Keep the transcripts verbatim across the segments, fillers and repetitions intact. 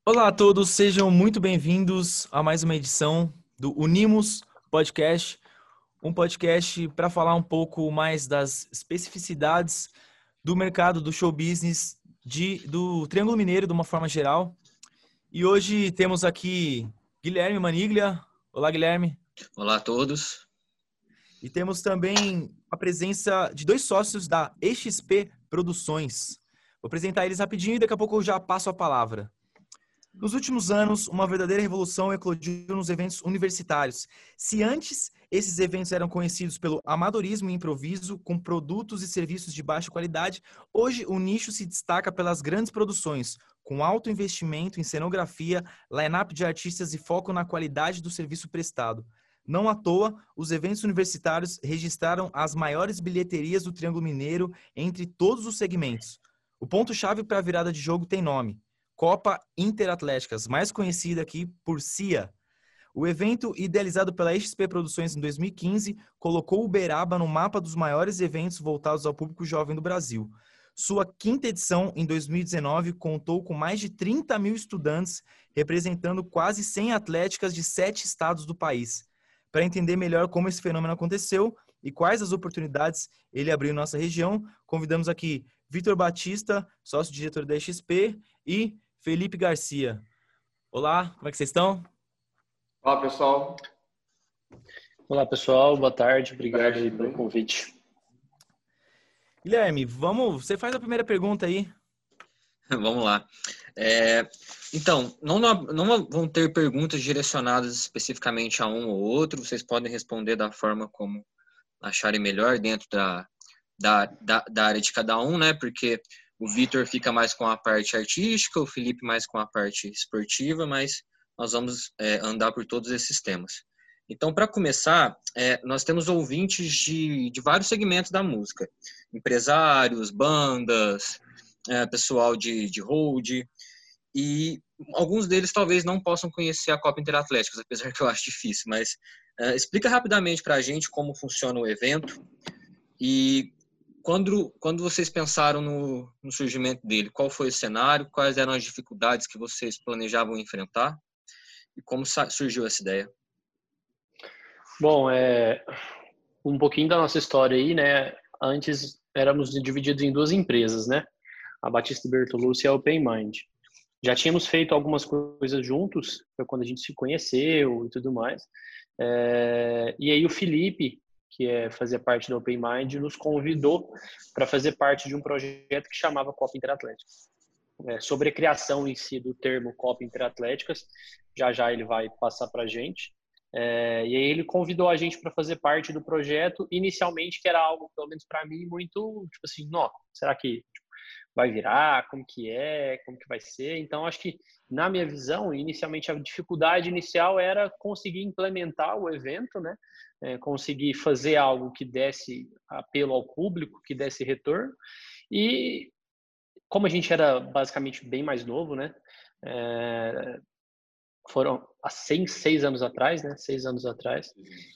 Olá a todos, sejam muito bem-vindos a mais uma edição do Unimos Podcast, um podcast para falar um pouco mais das especificidades do mercado do show business de, do Triângulo Mineiro de uma forma geral. E hoje temos aqui Guilherme Maniglia. Olá, Guilherme. Olá a todos. E temos também a presença de dois sócios da E X P Produções. Vou apresentar eles rapidinho e daqui a pouco eu já passo a palavra. Nos últimos anos, uma verdadeira revolução eclodiu nos eventos universitários. Se antes esses eventos eram conhecidos pelo amadorismo e improviso, com produtos e serviços de baixa qualidade, hoje o nicho se destaca pelas grandes produções, com alto investimento em cenografia, line-up de artistas e foco na qualidade do serviço prestado. Não à toa, os eventos universitários registraram as maiores bilheterias do Triângulo Mineiro entre todos os segmentos. O ponto-chave para a virada de jogo tem nome: Copa Interatléticas, mais conhecida aqui por C I A. O evento, idealizado pela X P Produções em dois mil e quinze, colocou Uberaba no mapa dos maiores eventos voltados ao público jovem do Brasil. Sua quinta edição, em dois mil e dezenove, contou com mais de trinta mil estudantes, representando quase cem atléticas de sete estados do país. Para entender melhor como esse fenômeno aconteceu e quais as oportunidades ele abriu em nossa região, convidamos aqui Vitor Batista, sócio-diretor da X P, e Felipe Garcia. Olá, como é que vocês estão? Olá, pessoal. Olá, pessoal. Boa tarde. Obrigado aí pelo convite. Guilherme, vamos, você faz a primeira pergunta aí. Vamos lá. É, então, não, não vão ter perguntas direcionadas especificamente a um ou outro. Vocês podem responder da forma como acharem melhor dentro da, da, da, da área de cada um, né? Porque o Vitor fica mais com a parte artística, o Felipe mais com a parte esportiva, mas nós vamos é, andar por todos esses temas. Então, para começar, é, nós temos ouvintes de, de vários segmentos da música. Empresários, bandas, é, pessoal de, de hold, e alguns deles talvez não possam conhecer a Copa Interatléticas, apesar que eu acho difícil, mas é, explica rapidamente para a gente como funciona o evento e quando, quando vocês pensaram no, no surgimento dele, qual foi o cenário, quais eram as dificuldades que vocês planejavam enfrentar e como surgiu essa ideia? Bom, é, um pouquinho da nossa história aí, né? Antes éramos divididos em duas empresas, né? A Batista Bertolucci e a Open Mind. Já tínhamos feito algumas coisas juntos, foi quando a gente se conheceu e tudo mais. É, e aí o Felipe, que é, fazia parte da Open Mind, nos convidou para fazer parte de um projeto que chamava Copa Interatléticas. É, sobre a criação em si do termo Copa Interatléticas, já já ele vai passar para a gente. É, e aí ele convidou a gente para fazer parte do projeto, inicialmente, que era algo, pelo menos para mim, muito, tipo assim, não, será que tipo, vai virar? Como que é? Como que vai ser? Então, acho que, na minha visão, inicialmente, a dificuldade inicial era conseguir implementar o evento, né? É, conseguir fazer algo que desse apelo ao público, que desse retorno. E, como a gente era basicamente bem mais novo, né? É, foram há seis, seis anos atrás, né? Seis anos atrás.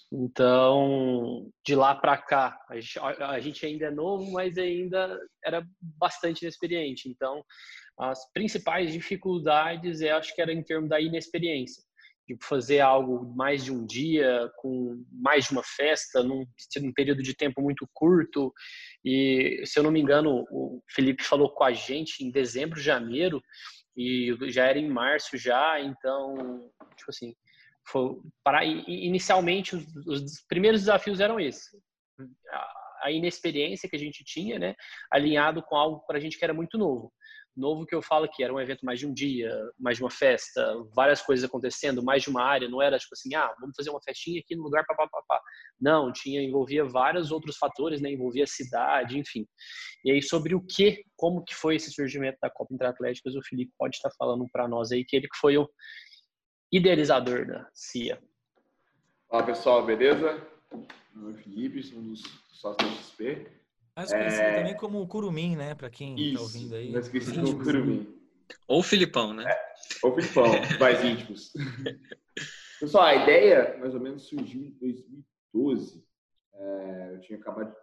Então, de lá para cá, a gente, a gente ainda é novo, mas ainda era bastante inexperiente. Então, as principais dificuldades, eu acho que era em termos da inexperiência, de fazer algo mais de um dia, com mais de uma festa, num, num período de tempo muito curto. E, se eu não me engano, o Felipe falou com a gente em dezembro, janeiro, e já era em março já, então, tipo assim, foi, para, inicialmente os, os primeiros desafios eram esses, a, a inexperiência que a gente tinha, né, alinhado com algo para a gente que era muito novo. Novo que eu falo que era um evento mais de um dia, mais de uma festa, várias coisas acontecendo, mais de uma área, não era tipo assim, ah, vamos fazer uma festinha aqui no lugar, papapá. Não, tinha, envolvia vários outros fatores, né, envolvia a cidade, enfim. E aí, sobre o que, como que foi esse surgimento da Copa Interatléticas, o Felipe pode estar falando para nós aí, que ele que foi o idealizador da C I A. Olá, pessoal, beleza? Meu nome é Felipe, sou um dos sócios da X P. Mais conhecido é... também como Curumim, né? Para quem Isso, tá ouvindo aí. mais conhecido como Curumim. Ou Filipão, né? É, ou Filipão, os mais íntimos. Pessoal, a ideia mais ou menos surgiu em dois mil e doze. É, eu tinha acabado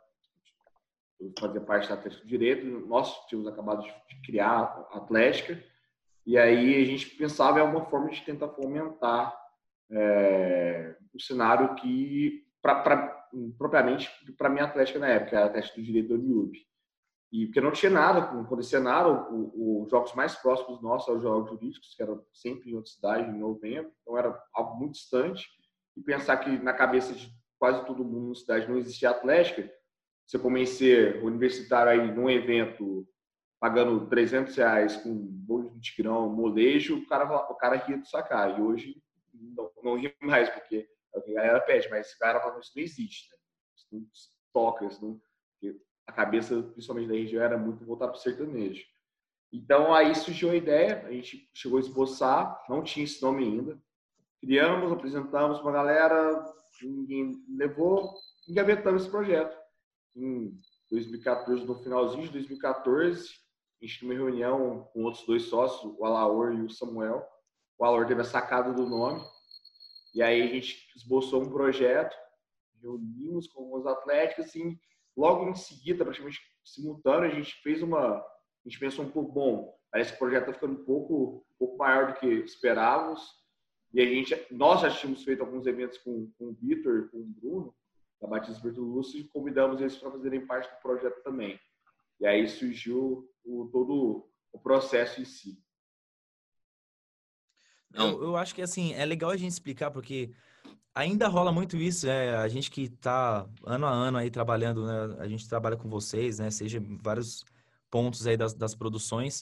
de fazer parte da Atlética Direito. Nós tínhamos acabado de criar a Atlética. E aí a gente pensava em alguma forma de tentar fomentar é, um cenário que, pra, pra, propriamente, para a minha atlética na época, a atlética do direito do Uniub. E porque não tinha nada, não acontecia nada, os jogos mais próximos nossos eram os jogos jurídicos, que eram sempre em outra cidade, em novembro, então era algo muito distante. E pensar que na cabeça de quase todo mundo na cidade não existia atlética, você comecei universitário aí num evento pagando trezentos reais com bolo de tigrão, molejo, o cara, o cara ria do sacar. E hoje não, não ria mais, porque a galera pede, mas esse cara fala, isso não existe, né? Isso não se toca, isso não... A cabeça, principalmente da região, era muito voltada para o sertanejo. Então, aí surgiu a ideia, a gente chegou a esboçar, não tinha esse nome ainda. Criamos, apresentamos para a galera, ninguém levou, engavetamos esse projeto. Em dois mil e quatorze, no finalzinho de dois mil e quatorze, a gente tinha uma reunião com outros dois sócios, o Alaor e o Samuel. O Alaor teve a sacada do nome. E aí a gente esboçou um projeto, reunimos com alguns atléticos, assim, logo em seguida, praticamente simultâneo, a gente fez uma... A gente pensou um pouco, bom, parece que o projeto está ficando um pouco, um pouco maior do que esperávamos. E a gente, nós já tínhamos feito alguns eventos com, com o Vitor, com o Bruno, da Batista Bertolucci, e convidamos eles para fazerem parte do projeto também. E aí surgiu o, todo o processo em si. Eu, eu acho que, assim, é legal a gente explicar, porque ainda rola muito isso, é, a gente que tá ano a ano aí trabalhando, né, a gente trabalha com vocês, né, seja em vários pontos aí das, das produções,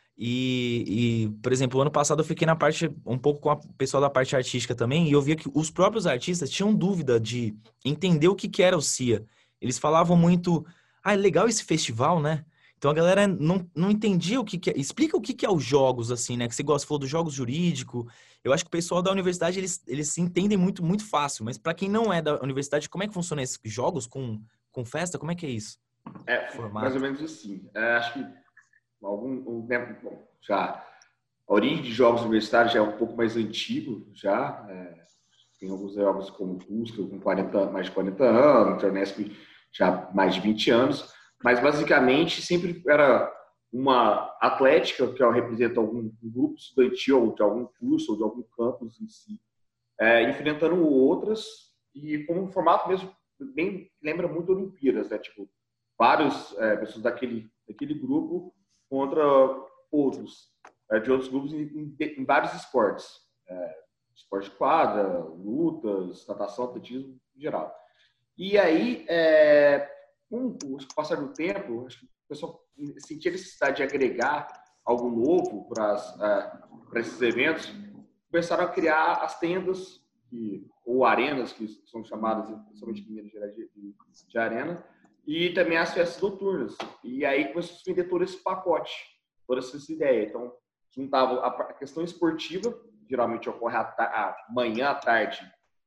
e, e, por exemplo, ano passado eu fiquei na parte, um pouco com o pessoal da parte artística também, e eu via que os próprios artistas tinham dúvida de entender o que que era o C I A. Eles falavam muito, ah, é legal esse festival, né? Então a galera não, não entendia o que que é. Explica o que que é os jogos, assim, né? Que você gosta, falou dos jogos jurídicos. Eu acho que o pessoal da universidade, eles, eles se entendem muito, muito fácil. Mas para quem não é da universidade, como é que funciona esses jogos com, com festa? Como é que é isso? É, Formato. mais ou menos assim. É, acho que algum, um, né, bom, já a origem de jogos universitários já é um pouco mais antigo, já. É, tem alguns jogos como Cusca, com quarenta, mais de quarenta anos, Internesp já mais de vinte anos. Mas, basicamente, sempre era uma atlética, que representa algum grupo estudantil, de algum curso, ou de algum campus em si, é, enfrentando outras, e com um formato mesmo, bem, lembra muito Olimpíadas, né? Tipo, várias é, pessoas daquele, daquele grupo contra outros, é, de outros grupos em, em, em vários esportes. É, esporte de quadra, lutas, natação, atletismo, em geral. E aí, é, com o passar do tempo, acho que o pessoal sentia a necessidade de agregar algo novo para uh, esses eventos, começaram a criar as tendas, que, ou arenas, que são chamadas, principalmente em Minas Gerais, de, de, de arena, e também as festas noturnas. E aí começou a se vender todo esse pacote, toda essa ideia. Então, juntava a questão esportiva, geralmente ocorre à manhã, à tarde,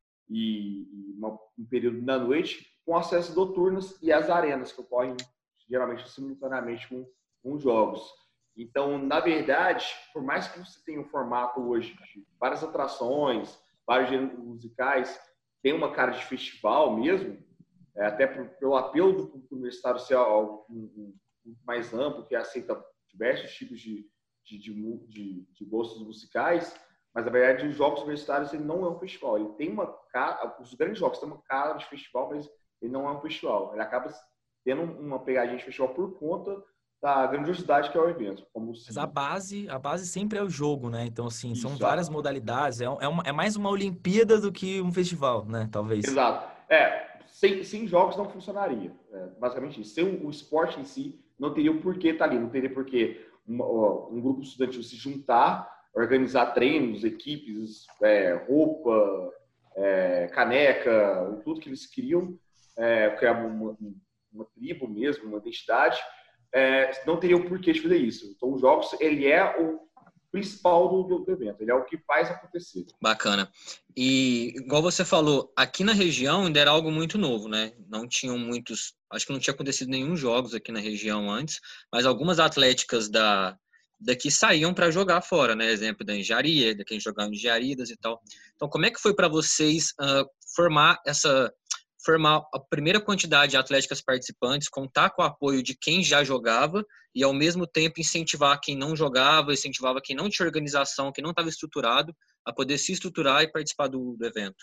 e, e uma, um período da noite, com as festas noturnas e as arenas, que ocorrem geralmente simultaneamente com, com jogos. Então, na verdade, por mais que você tenha um formato hoje de várias atrações, vários gêneros musicais, tem uma cara de festival mesmo, é, até por, pelo apelo do público universitário ser algo um, um, mais amplo, que aceita diversos tipos de, de, de, de, de gostos musicais, mas, na verdade, os jogos universitários ele não é um festival. Ele tem uma cara, os grandes jogos têm uma cara de festival, mas ele não é um festival. Ele acaba tendo uma pegadinha de festival por conta da grandiosidade que é o evento. Como Mas a base, a base sempre é o jogo, né? Então, assim, Isso, são várias modalidades. É, é, uma, é mais uma Olimpíada do que um festival, né? Talvez. Exato. É, sem, sem jogos não funcionaria. É, basicamente isso. Sem o, o esporte em si, não teria o porquê estar ali. Não teria porquê um, um grupo estudantil se juntar, organizar treinos, equipes, é, roupa, é, caneca, tudo que eles queriam, é, criar uma, uma tribo mesmo, uma identidade, é, não teria o porquê de fazer isso. Então, os jogos, ele é o principal do, do evento, ele é o que faz acontecer. Bacana. E, igual você falou, aqui na região ainda era algo muito novo, né? Não tinham muitos, acho que não tinha acontecido nenhum jogos aqui na região antes, mas algumas atléticas da daqui saíam para jogar fora, né? Exemplo da engenharia, daqui a gente jogava engenharias e tal. Então, como é que foi para vocês uh, formar essa formar a primeira quantidade de atléticas participantes, contar com o apoio de quem já jogava e, ao mesmo tempo, incentivar quem não jogava, incentivava quem não tinha organização, quem não estava estruturado, a poder se estruturar e participar do, do evento?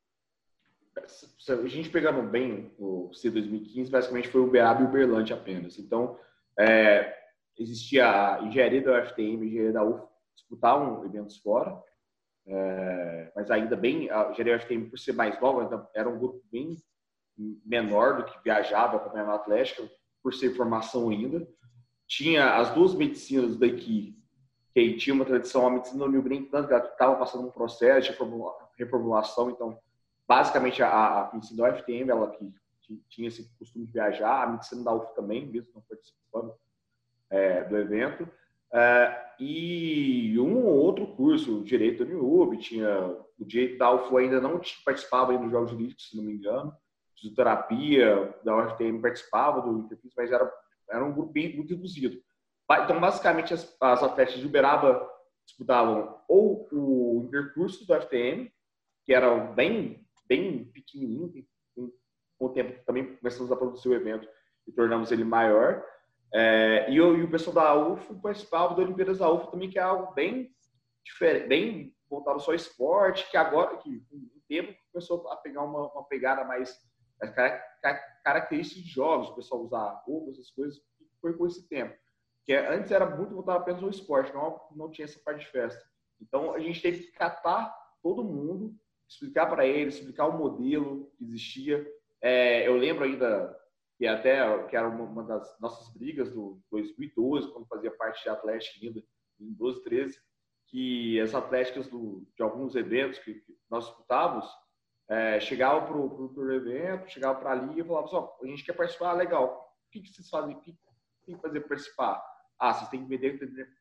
A gente pegando bem o C dois mil e quinze, basicamente foi o Uberaba e o Uberlândia apenas. Então, é, existia a engenharia da U F T M, a engenharia da U F, disputavam eventos fora, é, mas ainda bem, a engenharia da U F T M, por ser mais nova, era um grupo bem menor do que viajava para a Atlética, por ser formação ainda. Tinha as duas medicinas daqui, que tinha uma tradição, a medicina do New Green, tanto que ela estava passando um processo de reformulação, então, basicamente, a, a medicina da U F T M, ela que, que tinha esse costume de viajar, a medicina da U F também, mesmo não participando é, do evento, é, e um ou outro curso, o direito da U B, tinha o direito da U F ainda não participava aí dos jogos jurídicos, se não me engano, fisioterapia da U F T M participava do Interfície, mas era, era um grupo bem, muito reduzido. Então, basicamente, as, as atletas de Uberaba disputavam ou o intercurso do U F T M, que era bem, bem pequenininho, com, com o tempo também começamos a produzir o evento e tornamos ele maior, é, e, o, e o pessoal da U F participava da Olimpíadas da U F também, que é algo bem diferente, bem voltado só ao esporte, que agora, que com o tempo, começou a pegar uma, uma pegada mais as características de jogos, o pessoal usar roupas, essas coisas, foi com esse tempo. Que antes era muito voltado apenas ao esporte, não, não tinha essa parte de festa. Então, a gente teve que catar todo mundo, explicar para eles, explicar o modelo que existia. É, eu lembro ainda que até que era uma, uma das nossas brigas do dois mil e doze, quando fazia parte de Atlética ainda, em doze, treze, que as atléticas do, de alguns eventos que, que nós disputávamos, É, chegava para o evento, chegava para ali e falava assim, ó, a gente quer participar, legal, o que, que vocês fazem? O que tem que fazer para participar? Ah, vocês têm que vender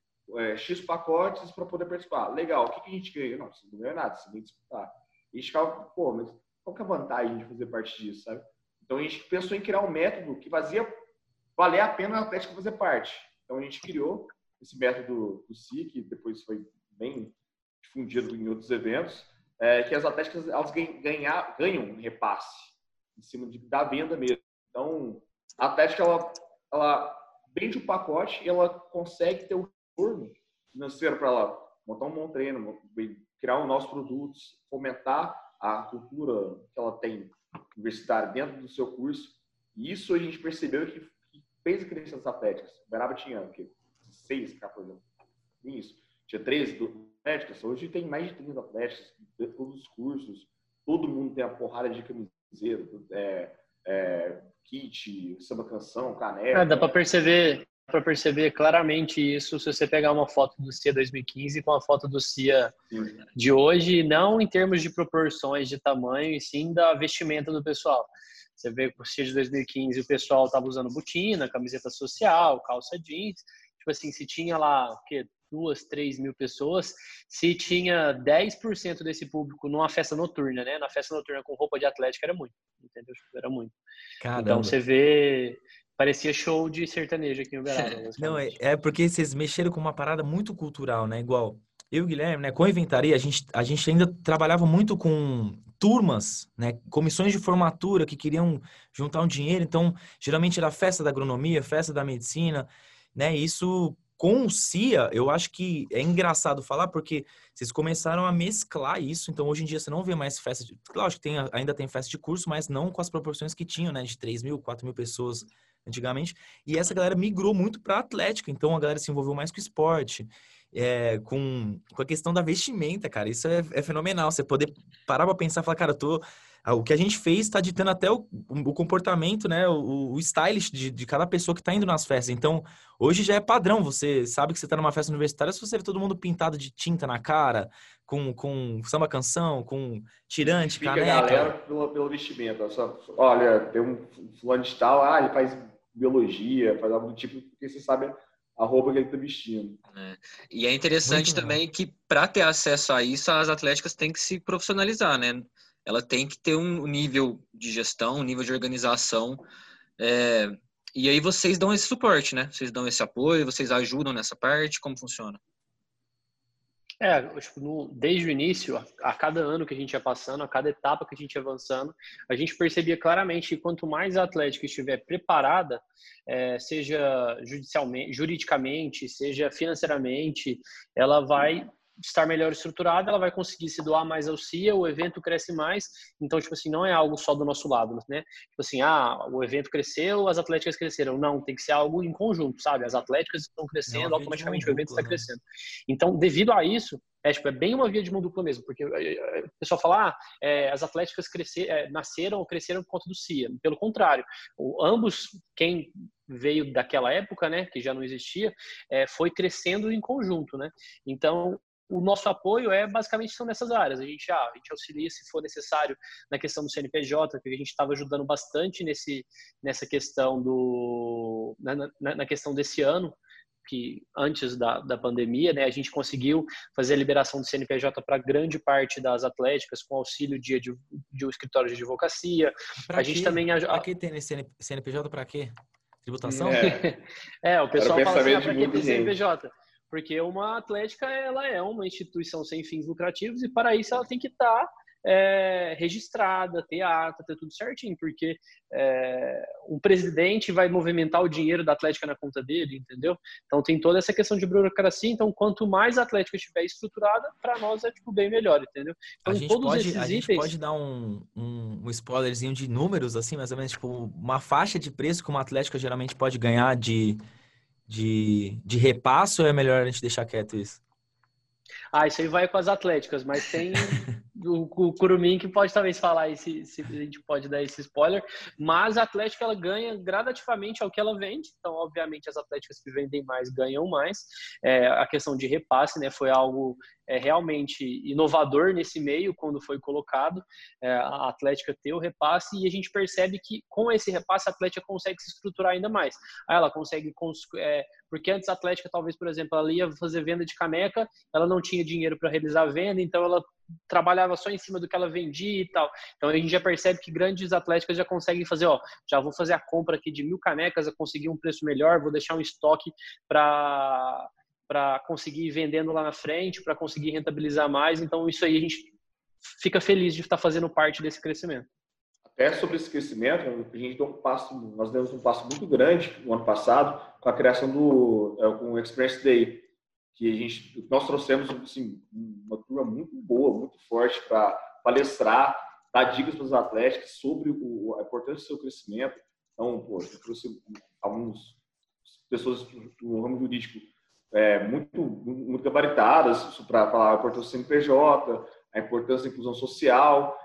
é, X pacotes para poder participar. Legal, o que, que a gente ganha? Não, vocês não ganham nada, vocês nem disputar. E a gente ficava, pô, mas qual que é a vantagem de fazer parte disso, sabe? Então a gente pensou em criar um método que fazia valer a pena a Atlética fazer parte. Então a gente criou esse método do C I, que depois foi bem difundido em outros eventos, É, que as atléticas elas ganhar, ganham um repasse em cima de, da venda mesmo. Então, a atlética, ela, ela vende o pacote e ela consegue ter o retorno financeiro para ela montar um bom treino, criar os nossos produtos, fomentar a cultura que ela tem universitária dentro do seu curso. E isso a gente percebeu que, que fez crescer as atléticas. O Uberaba tinha o quê? seis, por exemplo. Isso. Tinha treze atléticas, hoje tem mais de trinta atléticas, de todos os cursos, todo mundo tem a porrada de camiseta, é, é, kit, samba canção, caneca. É, dá para perceber, para perceber claramente isso se você pegar uma foto do C I A dois mil e quinze com a foto do C I A sim. de hoje, não em termos de proporções de tamanho, e sim da vestimenta do pessoal. Você vê que o C I A de dois mil e quinze o pessoal estava usando botina, camiseta social, calça jeans. Tipo assim, se tinha lá o quê? duas, três mil pessoas, se tinha dez por cento desse público numa festa noturna, né? Na festa noturna com roupa de atlética era muito, entendeu? Era muito. Caramba. Então você vê, parecia show de sertanejo aqui em Uberaba. Não, é, é porque vocês mexeram com uma parada muito cultural, né? Igual eu e o Guilherme, né? Com a Inventaria, a gente, a gente ainda trabalhava muito com turmas, né? Comissões de formatura que queriam juntar um dinheiro, então geralmente era festa da agronomia, festa da medicina, né? Isso com o C I A, eu acho que é engraçado falar porque vocês começaram a mesclar isso, então hoje em dia você não vê mais festa de... Claro que tem, ainda tem festa de curso, mas não com as proporções que tinham, né? De três mil, quatro mil pessoas antigamente. E essa galera migrou muito para Atlética, então a galera se envolveu mais com o esporte, é, com, com a questão da vestimenta, cara. Isso é, é fenomenal, você poder parar para pensar e falar, cara, eu tô... O que a gente fez está ditando até o, o comportamento, né? O, o stylish de, de cada pessoa que está indo nas festas. Então, hoje já é padrão. Você sabe que você está numa festa universitária se você vê todo mundo pintado de tinta na cara, com, com samba canção, com tirante, Fica caneca. a galera pelo, pelo vestimento. Só, olha, tem um fulano de tal, ah, ele faz biologia, faz algo do tipo, porque você sabe a roupa que ele está vestindo. É. E é interessante Muito também legal. Que para ter acesso a isso, as atléticas têm que se profissionalizar, né? Ela tem que ter um nível de gestão, um nível de organização. É, e aí vocês dão esse suporte, né? Vocês dão esse apoio, vocês ajudam nessa parte? Como funciona? É, tipo, no, desde o início, a, a cada ano que a gente ia passando, a cada etapa que a gente ia avançando, a gente percebia claramente que quanto mais a Atlética estiver preparada, é, seja judicialmente, juridicamente, seja financeiramente, ela vai estar melhor estruturada, ela vai conseguir se doar mais ao C I A, o evento cresce mais. Então, tipo assim, não é algo só do nosso lado, né? Tipo assim, ah, o evento cresceu, as atléticas cresceram. Não, tem que ser algo em conjunto, sabe? As atléticas estão É uma crescendo, via de mão automaticamente o evento dupla, está né? crescendo. Então, devido a isso, é, tipo, é bem uma via de mão dupla mesmo, porque o pessoal fala, ah, é, as atléticas crescer, é, nasceram ou cresceram por conta do C I A. Pelo contrário, o, ambos, quem veio daquela época, né, que já não existia, é, foi crescendo em conjunto, né? Então, o nosso apoio é basicamente são nessas áreas. A gente, ah, a gente auxilia se for necessário na questão do C N P J, porque a gente estava ajudando bastante nesse, nessa questão do na, na, na questão desse ano, que antes da, da pandemia, né, a gente conseguiu fazer a liberação do C N P J para grande parte das atléticas com auxílio de, de, de um escritório de advocacia. Pra a gente quê? também Pra que ter nesse C N P J? Pra quê? Tributação? É, é, o era o pessoal fala assim, ah, pensamento de para que muita ter gente. C N P J? Porque uma atlética, ela é uma instituição sem fins lucrativos e para isso ela tem que estar é, registrada, ter ata, ter tudo certinho, porque é, um presidente vai movimentar o dinheiro da atlética na conta dele, entendeu? Então tem toda essa questão de burocracia, então quanto mais a atlética estiver estruturada, para nós é tipo, bem melhor, entendeu? A Então gente todos pode, esses a gente itens... pode dar um, um, um spoilerzinho de números, assim, mais ou menos, tipo, uma faixa de preço que uma atlética geralmente pode ganhar de, de, de repasso, ou é melhor a gente deixar quieto isso? Ah, isso aí vai com as atléticas, mas tem o, o Curumim que pode talvez falar esse, se a gente pode dar esse spoiler, mas a atlética ela ganha gradativamente ao que ela vende, então obviamente as atléticas que vendem mais ganham mais. É, a questão de repasse, né, foi algo é, realmente inovador nesse meio quando foi colocado, é, a atlética ter o repasse e a gente percebe que com esse repasse a atlética consegue se estruturar ainda mais. Aí ela consegue, é, porque antes a atlética talvez, por exemplo, ela ia fazer venda de caneca, ela não tinha dinheiro para realizar a venda, então ela trabalhava só em cima do que ela vendia e tal. Então a gente já percebe que grandes atléticas já conseguem fazer, ó, já vou fazer a compra aqui de mil canecas, eu conseguir um preço melhor, vou deixar um estoque para para conseguir ir vendendo lá na frente, para conseguir rentabilizar mais. Então isso aí a gente fica feliz de estar fazendo parte desse crescimento. Até sobre esse crescimento, a gente deu um passo, nós demos um passo muito grande no ano passado com a criação do com o Experience Day, que a gente, nós trouxemos assim, uma turma muito boa, muito forte para palestrar, dar dicas para os atletas sobre o, a importância do seu crescimento. Então, pô, eu trouxe algumas pessoas do ramo jurídico é, muito, muito gabaritadas para falar a importância do C N P J, a importância da inclusão social,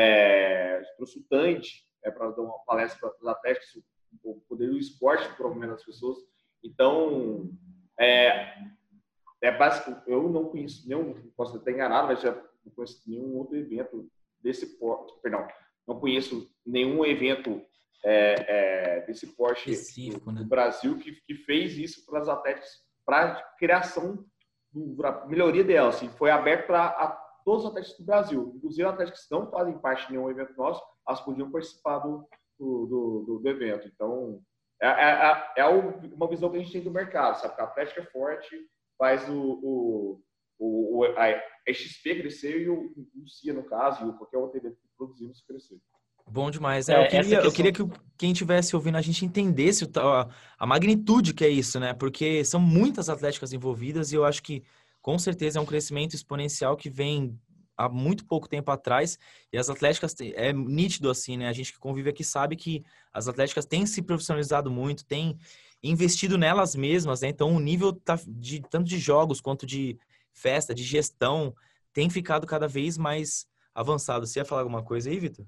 é, trouxe o Tante é, para dar uma palestra para os atletas, o poder do esporte para o movimento das pessoas. Então, é, é básico, eu não conheço nenhum, posso estar enganado, mas já não conheço nenhum outro evento desse porte, perdão, não conheço nenhum evento é, é, desse porte Específico, do, né? do Brasil que, que fez isso para as atletas, para a criação, para a melhoria delas. Assim, foi aberto para todos os atletas do Brasil, inclusive atletas que não fazem parte de nenhum evento nosso, elas podiam participar do, do, do, do evento. Então, é, é, é uma visão que a gente tem do mercado, sabe? Que a atlética é forte, faz o, o, o, a X P crescer e o, o C I A, no caso, e o qualquer outro evento que produzimos crescer. Bom demais. É, eu, queria, questão... eu queria que quem estivesse ouvindo a gente entendesse a, a magnitude que é isso, né? Porque são muitas atléticas envolvidas e eu acho que, com certeza, é um crescimento exponencial que vem há muito pouco tempo atrás. E as atléticas, é nítido assim, né? A gente que convive aqui sabe que as atléticas têm se profissionalizado muito, têm investido nelas mesmas, né? Então o nível tá de, tanto de jogos quanto de festa, de gestão, tem ficado cada vez mais avançado. Você ia falar alguma coisa aí, Vitor?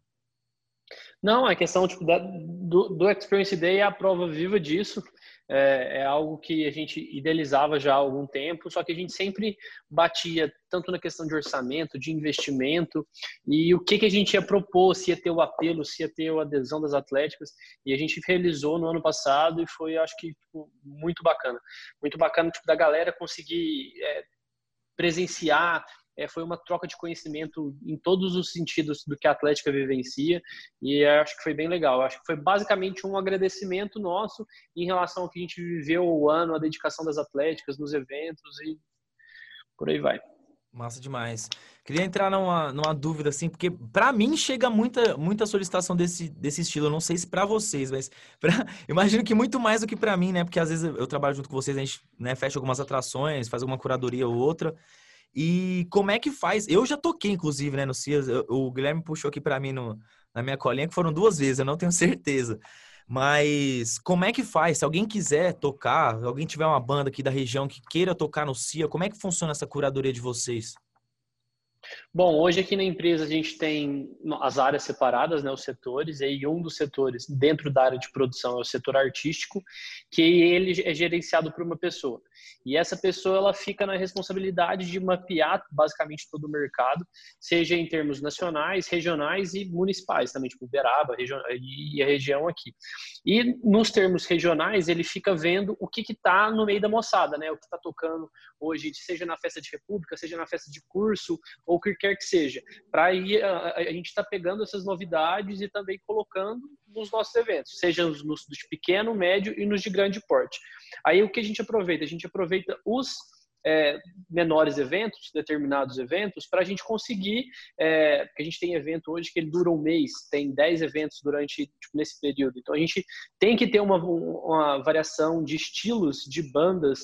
Não, a questão tipo, da, do, do Experience Day é a prova viva disso. É, é algo que a gente idealizava já há algum tempo, só que a gente sempre batia tanto na questão de orçamento, de investimento, e o que, que a gente ia propor, se ia ter o apelo, se ia ter a adesão das atléticas, e a gente realizou no ano passado e foi, acho que, tipo, muito bacana. Muito bacana tipo, da galera conseguir é, presenciar. É, foi uma troca de conhecimento em todos os sentidos do que a Atlética vivencia e acho que foi bem legal. Acho que foi basicamente um agradecimento nosso em relação ao que a gente viveu o ano, a dedicação das atléticas nos eventos e por aí vai. Massa demais. Queria entrar numa, numa dúvida, assim, porque pra mim chega muita, muita solicitação desse, desse estilo. Eu não sei se pra vocês, mas pra, imagino que muito mais do que pra mim, né? Porque às vezes eu eu trabalho junto com vocês, a gente, né, fecha algumas atrações, faz alguma curadoria ou outra. E como é que faz? Eu já toquei, inclusive, né, no Cias. Eu- O Guilherme puxou aqui pra mim no, na minha colinha, que foram duas vezes, eu não tenho certeza. Mas como é que faz? Se alguém quiser tocar, alguém tiver uma banda aqui da região que queira tocar no Cia, como é que funciona essa curadoria de vocês? Bom, hoje aqui na empresa a gente tem as áreas separadas, né, os setores, e aí um dos setores dentro da área de produção é o setor artístico, que ele é gerenciado por uma pessoa. E essa pessoa ela fica na responsabilidade de mapear basicamente todo o mercado, seja em termos nacionais, regionais e municipais também, tipo Uberaba e a região aqui. E nos termos regionais ele fica vendo o que está no meio da moçada, né, o que está tocando hoje, seja na festa de república, seja na festa de curso, ou o que quer que seja. Para aí a, a gente está pegando essas novidades e também colocando nos nossos eventos, seja nos, nos de pequeno, médio e nos de grande porte. Aí o que a gente aproveita? A gente aproveita os é, menores eventos, determinados eventos, para a gente conseguir, é, porque a gente tem evento hoje que ele dura um mês, tem dez eventos durante, tipo, nesse período. Então a gente tem que ter uma, uma variação de estilos, de bandas,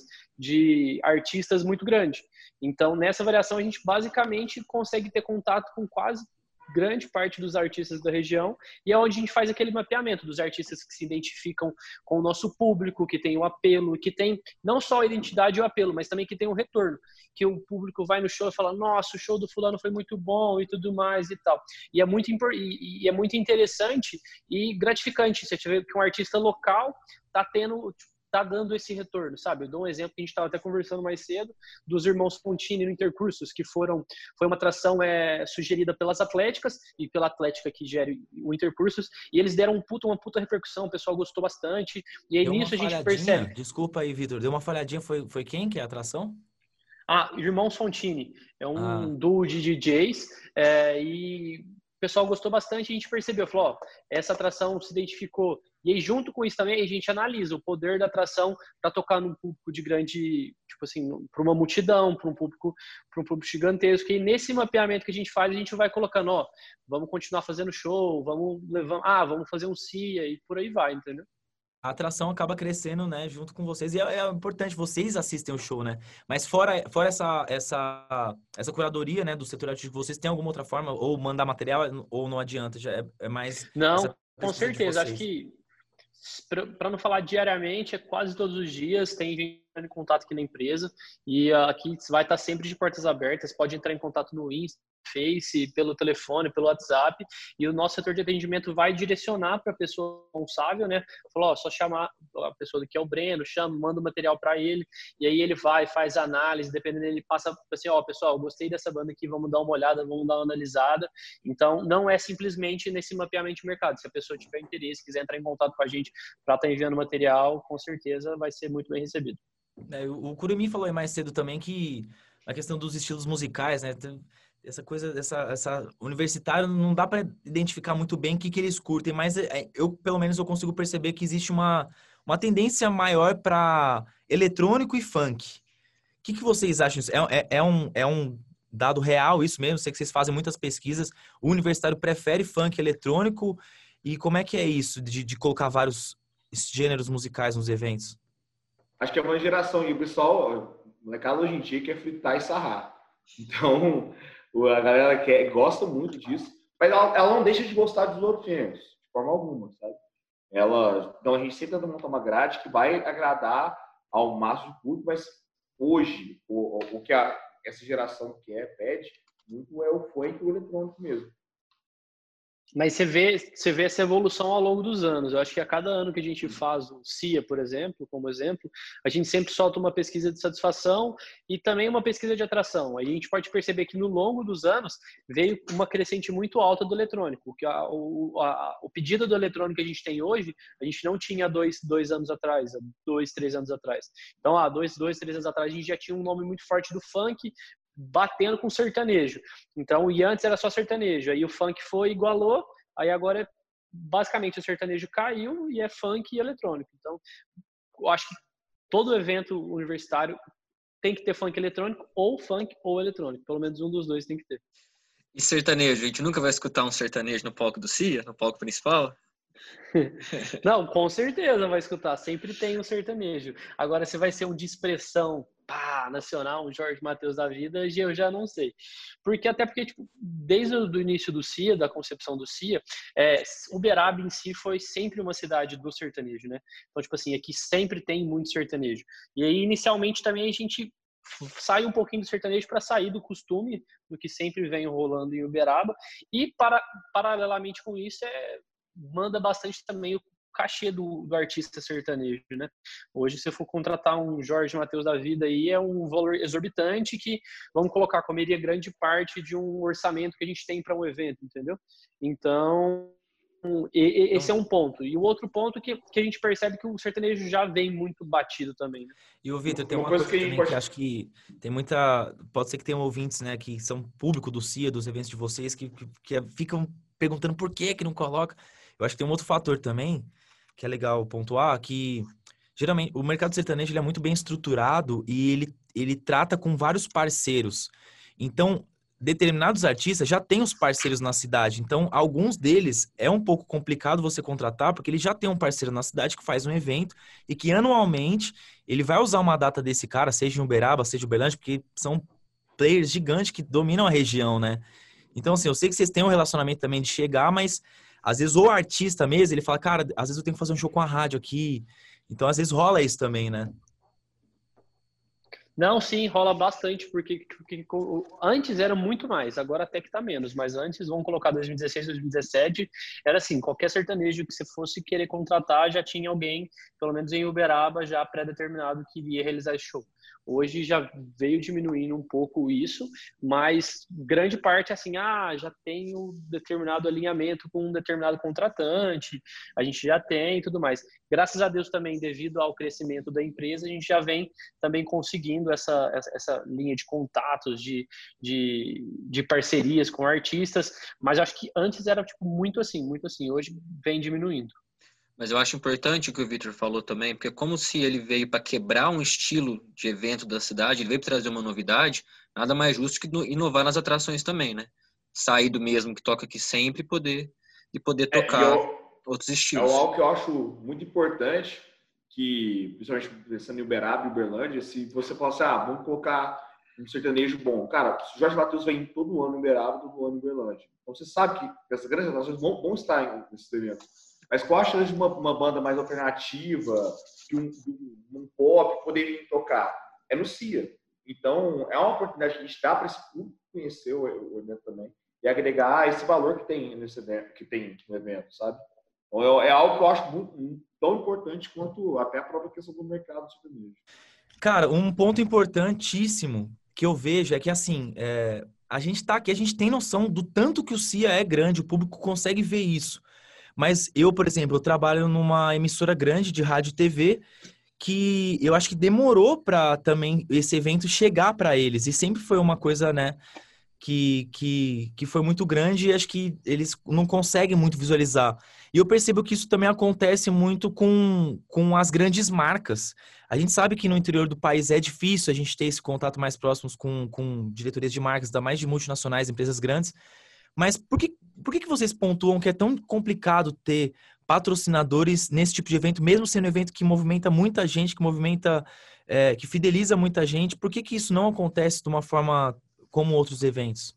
de artistas muito grande. Então, nessa variação, a gente basicamente consegue ter contato com quase grande parte dos artistas da região e é onde a gente faz aquele mapeamento dos artistas que se identificam com o nosso público, que tem o apelo, que tem não só a identidade e o apelo, mas também que tem o retorno, que o público vai no show e fala, nossa, o show do fulano foi muito bom e tudo mais e tal. E é muito, e é muito interessante e gratificante você ver que um artista local está tendo... tá dando esse retorno, sabe? Eu dou um exemplo que a gente estava até conversando mais cedo, dos irmãos Fontini no Intercursos, que foram, foi uma atração é, sugerida pelas atléticas e pela atlética que gere o Intercursos, e eles deram um puta, uma puta repercussão, o pessoal gostou bastante, e aí Deu uma nisso a gente falhadinha, percebe... desculpa aí, Vitor, deu uma falhadinha, foi, foi quem que é a atração? Ah, Irmãos Fontini, é Ah, um duo de D Js, é, e o pessoal gostou bastante, a gente percebeu, falou, ó, essa atração se identificou. E aí, junto com isso também, a gente analisa o poder da atração para tocar num público de grande, tipo assim, para uma multidão, para um público, para um público gigantesco. E nesse mapeamento que a gente faz, a gente vai colocando, ó, vamos continuar fazendo show, vamos levar, ah, vamos fazer um CIA e por aí vai, entendeu? a atração acaba crescendo, né, junto com vocês. E é, é importante, vocês assistem o show, né? Mas fora, fora essa, essa, essa curadoria, né, do setor artístico, vocês têm alguma outra forma? Ou mandar material, ou não adianta? Já é, é mais essa Não, com pesquisa de certeza. Acho vocês. que, para não falar diariamente, é quase todos os dias. Tem gente em contato aqui na empresa e uh, aqui vai estar sempre de portas abertas. Pode entrar em contato no Insta, Face, pelo telefone, pelo WhatsApp, e o nosso setor de atendimento vai direcionar para a pessoa responsável, né? Falou, ó, só chamar a pessoa que é o Breno, chama, manda o material para ele, e aí ele vai, faz a análise, dependendo, ele passa assim, ó, pessoal, gostei dessa banda aqui, vamos dar uma olhada, vamos dar uma analisada. Então, não é simplesmente nesse mapeamento de mercado. Se a pessoa tiver interesse, quiser entrar em contato com a gente para estar enviando material, com certeza vai ser muito bem recebido. É, o Curumim falou aí mais cedo também que a questão dos estilos musicais, né? Tem essa coisa, essa, essa universitário não dá para identificar muito bem o que, que eles curtem, mas é, eu pelo menos eu consigo perceber que existe uma, uma tendência maior para eletrônico e funk. O que, que vocês acham? É, é, é, um, é um dado real isso mesmo? Sei que vocês fazem muitas pesquisas. O universitário prefere funk eletrônico e como é que é isso de, de colocar vários gêneros musicais nos eventos? Acho que é uma geração, e o pessoal, o molecada hoje em dia quer fritar e sarrar. Então, a galera quer, gosta muito disso, mas ela, ela não deixa de gostar dos outros gêneros, de forma alguma, sabe? Ela, então a gente sempre tenta montar uma grade que vai agradar ao máximo de público, mas hoje, o, o que a, essa geração quer, pede, muito é o funk e o eletrônico mesmo. Mas você vê, você vê essa evolução ao longo dos anos. Eu acho que a cada ano que a gente faz o CIA, por exemplo, como exemplo, a gente sempre solta uma pesquisa de satisfação e também uma pesquisa de atração. Aí a gente pode perceber que no longo dos anos veio uma crescente muito alta do eletrônico. Que a, o, a, o pedido do eletrônico que a gente tem hoje, a gente não tinha dois, dois anos atrás, dois, três anos atrás. Então, há dois, dois, três anos atrás, a gente já tinha um nome muito forte do funk, batendo com sertanejo. Então, e antes era só sertanejo. Aí o funk foi, igualou, aí agora basicamente o sertanejo caiu e é funk e eletrônico. Então, eu acho que todo evento universitário tem que ter funk eletrônico, ou funk ou eletrônico. Pelo menos um dos dois tem que ter. E sertanejo? A gente nunca vai escutar um sertanejo no palco do C I A, no palco principal? Não, com certeza vai escutar. Sempre tem um sertanejo. Agora, se vai ser um de expressão pá, nacional, um Jorge Mateus da vida, eu já não sei. Porque até porque, tipo, desde o do início do C I A, da concepção do C I A, é, Uberaba em si foi sempre uma cidade do sertanejo, né? Então, tipo assim, aqui sempre tem muito sertanejo. E aí, inicialmente, também a gente sai um pouquinho do sertanejo para sair do costume do que sempre vem rolando em Uberaba. E, para, paralelamente com isso, é, manda bastante também o cachê do, do artista sertanejo, né? Hoje, se for contratar um Jorge Mateus da vida aí, é um valor exorbitante que, vamos colocar, comeria grande parte de um orçamento que a gente tem para um evento, entendeu? Então, e, e, esse é um ponto. E o outro ponto que, que a gente percebe que o sertanejo já vem muito batido também, né? E o Vitor, tem uma, uma coisa, coisa que também pode... que acho que tem muita... Pode ser que tenham ouvintes, né, que são público do C I A, dos eventos de vocês, que, que, que ficam perguntando por que que não coloca. Eu acho que tem um outro fator também, que é legal pontuar, que geralmente o mercado sertanejo ele é muito bem estruturado e ele, ele trata com vários parceiros. Então, determinados artistas já têm os parceiros na cidade. Então, alguns deles é um pouco complicado você contratar, porque ele já tem um parceiro na cidade que faz um evento e que anualmente ele vai usar uma data desse cara, seja em Uberaba, seja em Uberlândia, porque são players gigantes que dominam a região, né? Então, assim, eu sei que vocês têm um relacionamento também de chegar, mas às vezes o artista mesmo, ele fala, cara, às vezes eu tenho que fazer um show com a rádio aqui. Então, às vezes rola isso também, né? Não, sim, rola bastante, porque, porque antes era muito mais, agora até que tá menos, mas antes, vamos colocar dois mil e dezesseis, dois mil e dezessete, era assim, qualquer sertanejo que você fosse querer contratar, já tinha alguém, pelo menos em Uberaba, já pré-determinado que iria realizar esse show. Hoje já veio diminuindo um pouco isso, mas grande parte é assim, ah, já tenho determinado alinhamento com um determinado contratante, a gente já tem e tudo mais. Graças a Deus também, devido ao crescimento da empresa, a gente já vem também conseguindo essa, essa, essa linha de contatos, de, de, de parcerias com artistas, mas acho que antes era tipo, muito assim, muito assim, hoje vem diminuindo. Mas eu acho importante o que o Vitor falou também, porque como se ele veio para quebrar um estilo de evento da cidade, ele veio para trazer uma novidade, nada mais justo que inovar nas atrações também, né? Sair do mesmo que toca aqui sempre e poder, e poder tocar é, eu, outros estilos. É algo que eu acho muito importante, que, principalmente pensando em Uberaba e Uberlândia, se você falar assim, ah, vamos colocar um sertanejo bom. Cara, o Jorge Mateus vem todo ano em Uberaba, todo ano em Uberlândia. Então você sabe que essas grandes atrações vão, vão estar nesses eventos. Mas qual a chance de uma, uma banda mais alternativa, de um, de um pop, poderia tocar? É no C I A. Então, é uma oportunidade que a gente dá para esse público conhecer o, o evento também e agregar esse valor que tem nesse evento, que tem no evento, sabe? Então, é, é algo que eu acho muito, muito, tão importante quanto até a própria questão do mercado sertanejo. Cara, um ponto importantíssimo que eu vejo é que, assim, é, a gente tá aqui, a gente tem noção do tanto que o C I A é grande, o público consegue ver isso. Mas eu, por exemplo, eu trabalho numa emissora grande de rádio e T V que eu acho que demorou para também esse evento chegar para eles. E sempre foi uma coisa, né, que, que, que foi muito grande e acho que eles não conseguem muito visualizar. E eu percebo que isso também acontece muito com, com as grandes marcas. A gente sabe que no interior do país é difícil a gente ter esse contato mais próximo com, com diretorias de marcas, ainda mais de multinacionais, empresas grandes. Mas por que, por que que vocês pontuam que é tão complicado ter patrocinadores nesse tipo de evento, mesmo sendo um evento que movimenta muita gente, que movimenta, é, que fideliza muita gente? Por que que isso não acontece de uma forma como outros eventos?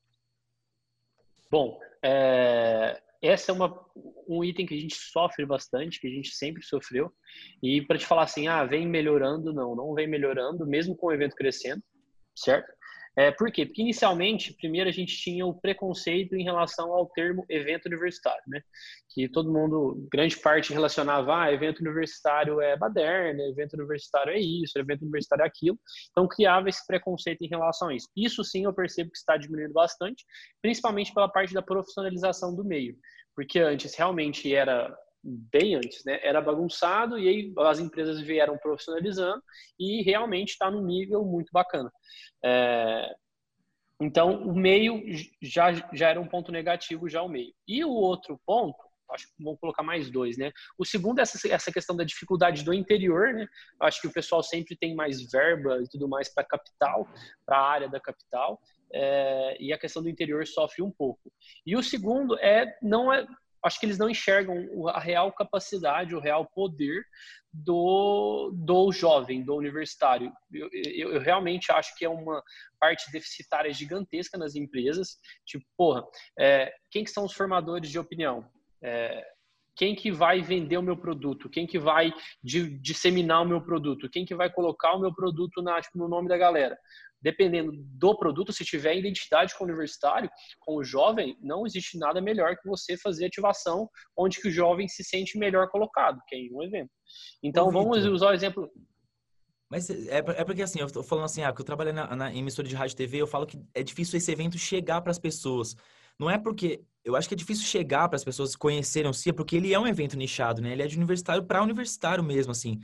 Bom, é, essa é uma, um item que a gente sofre bastante, que a gente sempre sofreu. E para te falar assim, ah, vem melhorando, não, não vem melhorando, mesmo com o evento crescendo, certo? É, por quê? Porque inicialmente, primeiro a gente tinha o preconceito em relação ao termo evento universitário, né? Que todo mundo, grande parte relacionava, ah, evento universitário é baderna, evento universitário é isso, evento universitário é aquilo. Então criava esse preconceito em relação a isso. Isso sim eu percebo que está diminuindo bastante, principalmente pela parte da profissionalização do meio. Porque antes realmente era... bem antes, né? Era bagunçado e aí as empresas vieram profissionalizando e realmente está num nível muito bacana. É... Então, o meio já, já era um ponto negativo, já o meio. E o outro ponto acho que vamos colocar mais dois, né? O segundo é essa, essa questão da dificuldade do interior, né? Acho que o pessoal sempre tem mais verba e tudo mais para capital, para a área da capital, é, e a questão do interior sofre um pouco. E o segundo é, não é, acho que eles não enxergam a real capacidade, o real poder do, do jovem, do universitário. Eu, eu, eu realmente acho que é uma parte deficitária gigantesca nas empresas. Tipo, porra, é, quem que são os formadores de opinião? É, quem que vai vender o meu produto? Quem que vai di, disseminar o meu produto? Quem que vai colocar o meu produto na, tipo, no nome da galera? Dependendo do produto, se tiver identidade com o universitário, com o jovem, não existe nada melhor que você fazer ativação onde que o jovem se sente melhor colocado, que é em um evento. Então, Ô, vamos Vitor, usar o exemplo... mas é, é porque assim, eu tô falando assim, ah, que eu trabalho na, na emissora de rádio e T V, eu falo que é difícil esse evento chegar para as pessoas. Não é porque... Eu acho que é difícil chegar para as pessoas conhecerem o C I A, porque ele é um evento nichado, né? Ele é de universitário para universitário mesmo, assim.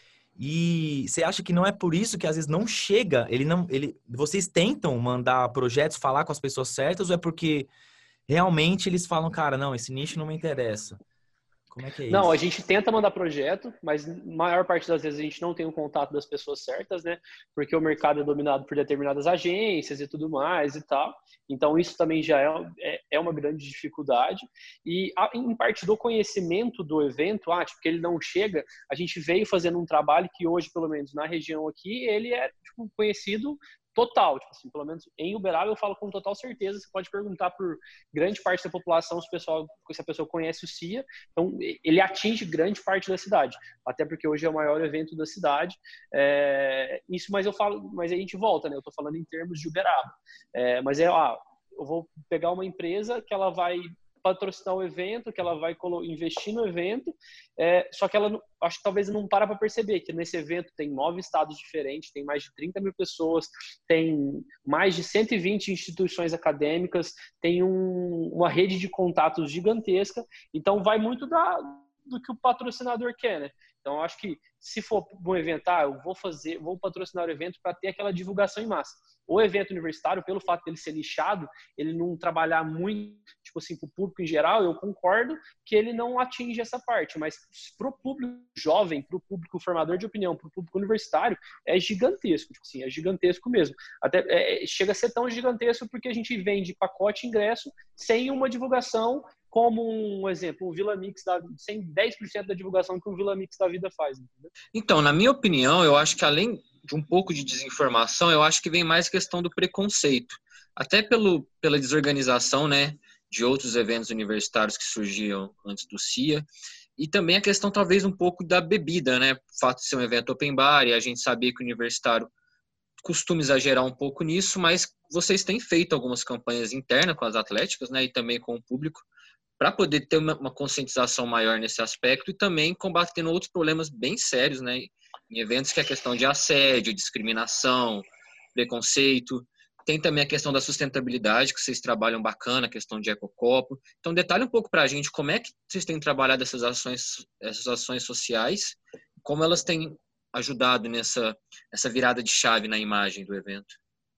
E você acha que não é por isso que às vezes não chega? Ele não, ele, vocês tentam mandar projetos, falar com as pessoas certas, ou é porque realmente eles falam, cara, não, esse nicho não me interessa? Como é que é Não, a isso? gente tenta mandar projeto, mas maior parte das vezes a gente não tem o contato das pessoas certas, né? Porque o mercado é dominado por determinadas agências e tudo mais e tal. Então, isso também já é, é, é uma grande dificuldade. E, a, em parte do conhecimento do evento, ah, tipo, que ele não chega, a gente veio fazendo um trabalho que hoje, pelo menos na região aqui, ele é tipo, conhecido total, tipo assim, pelo menos em Uberaba eu falo com total certeza. Você pode perguntar por grande parte da população se, o pessoal, se a pessoa conhece o C I A. Então, ele atinge grande parte da cidade, até porque hoje é o maior evento da cidade. É, isso, mas eu falo, mas a gente volta, né? Eu tô falando em termos de Uberaba. É, mas é, ó, eu vou pegar uma empresa que ela vai patrocinar o evento, que ela vai investir no evento, é, só que ela, acho que talvez não para para perceber que nesse evento tem nove estados diferentes, tem mais de trinta mil pessoas, tem mais de cento e vinte instituições acadêmicas, tem um, uma rede de contatos gigantesca, então vai muito da, do que o patrocinador quer, né? Então, acho que se for um evento, ah, eu vou fazer, vou patrocinar o evento para ter aquela divulgação em massa. O evento universitário, pelo fato dele ser nichado, ele não trabalhar muito, tipo assim, para o público em geral, eu concordo que ele não atinge essa parte, mas para o público jovem, para o público formador de opinião, para o público universitário, é gigantesco, tipo assim, é gigantesco mesmo. Até é, chega a ser tão gigantesco porque a gente vende pacote ingresso sem uma divulgação, como um exemplo, o Vila Mix, da, sem dez por cento da divulgação que o Vila Mix da vida faz. Entendeu? Então, na minha opinião, eu acho que além de um pouco de desinformação, eu acho que vem mais questão do preconceito. Até pelo, pela desorganização, né, de outros eventos universitários que surgiam antes do C I A. E também a questão, talvez, um pouco da bebida, né? O fato de ser um evento open bar e a gente saber que o universitário costuma exagerar um pouco nisso, mas vocês têm feito algumas campanhas internas com as atléticas, né, e também com o público, para poder ter uma, uma conscientização maior nesse aspecto e também combatendo outros problemas bem sérios, né, em eventos, que é a questão de assédio, discriminação, preconceito. Tem também a questão da sustentabilidade, que vocês trabalham bacana, a questão de ecocopo. Então, detalhe um pouco para a gente como é que vocês têm trabalhado essas ações, essas ações sociais, como elas têm ajudado nessa essa virada de chave na imagem do evento.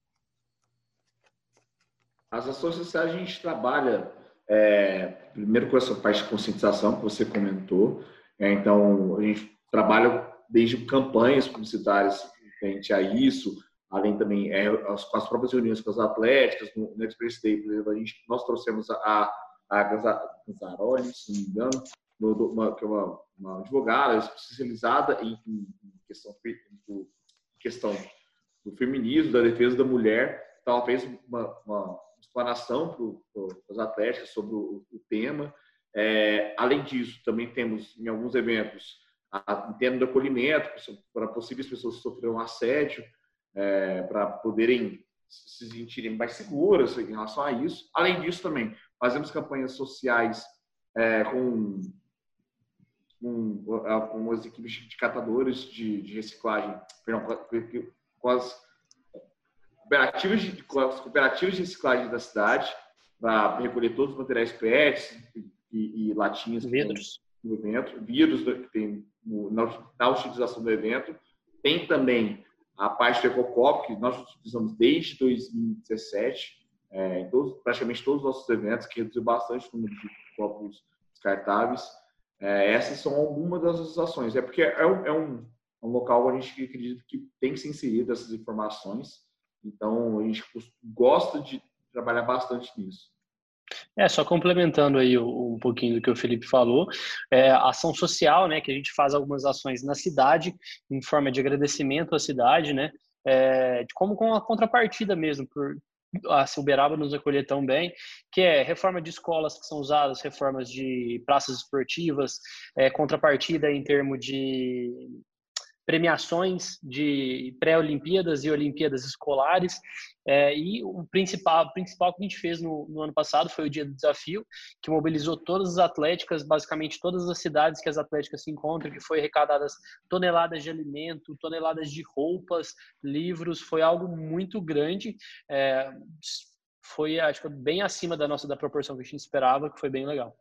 As ações sociais a gente trabalha é, primeiro com essa parte de conscientização que você comentou. É, então, a gente trabalha desde campanhas publicitárias frente a isso, além também é, as, com as próprias reuniões com as atléticas. No, no Express Day, por exemplo, a gente, nós trouxemos a, a Gazzaroli, se não me engano, no, uma, que é uma, uma advogada especializada em, em questão, em questão do feminismo, da defesa da mulher. Então, ela fez uma, uma explanação para os atletas sobre o, o tema. É, além disso, também temos, em alguns eventos, a tema do acolhimento para possíveis pessoas que sofreram assédio, é, para poderem se sentirem mais seguras em relação a isso. Além disso, também fazemos campanhas sociais é, com, com, com as equipes de catadores de, de reciclagem, perdão, com as cooperativas de, com as cooperativas de reciclagem da cidade, para recolher todos os materiais P E T e, e latinhas vidros no evento, vidros que tem no, na, na utilização do evento. Tem também a parte do ecocopo, que nós utilizamos desde dois mil e dezessete, é, em todos, praticamente todos os nossos eventos, que reduziu bastante o número de copos descartáveis. É, essas são algumas das ações. É porque é um, é um, um local onde a gente acredita que tem que ser inserido essas informações. Então, a gente gosta de trabalhar bastante nisso. É, só complementando aí um pouquinho do que o Felipe falou, é, a ação social, né, que a gente faz algumas ações na cidade, em forma de agradecimento à cidade, né, é, como com a contrapartida mesmo, por a Uberaba nos acolher tão bem, que é reforma de escolas que são usadas, reformas de praças esportivas, é, contrapartida em termos de premiações de pré-Olimpíadas e Olimpíadas escolares. É, e o principal, o principal que a gente fez no, no ano passado foi o Dia do Desafio, que mobilizou todas as atléticas, basicamente todas as cidades que as atléticas se encontram, que foi arrecadadas toneladas de alimento, toneladas de roupas, livros, foi algo muito grande. É, foi, acho que, bem acima da nossa da proporção que a gente esperava, que foi bem legal.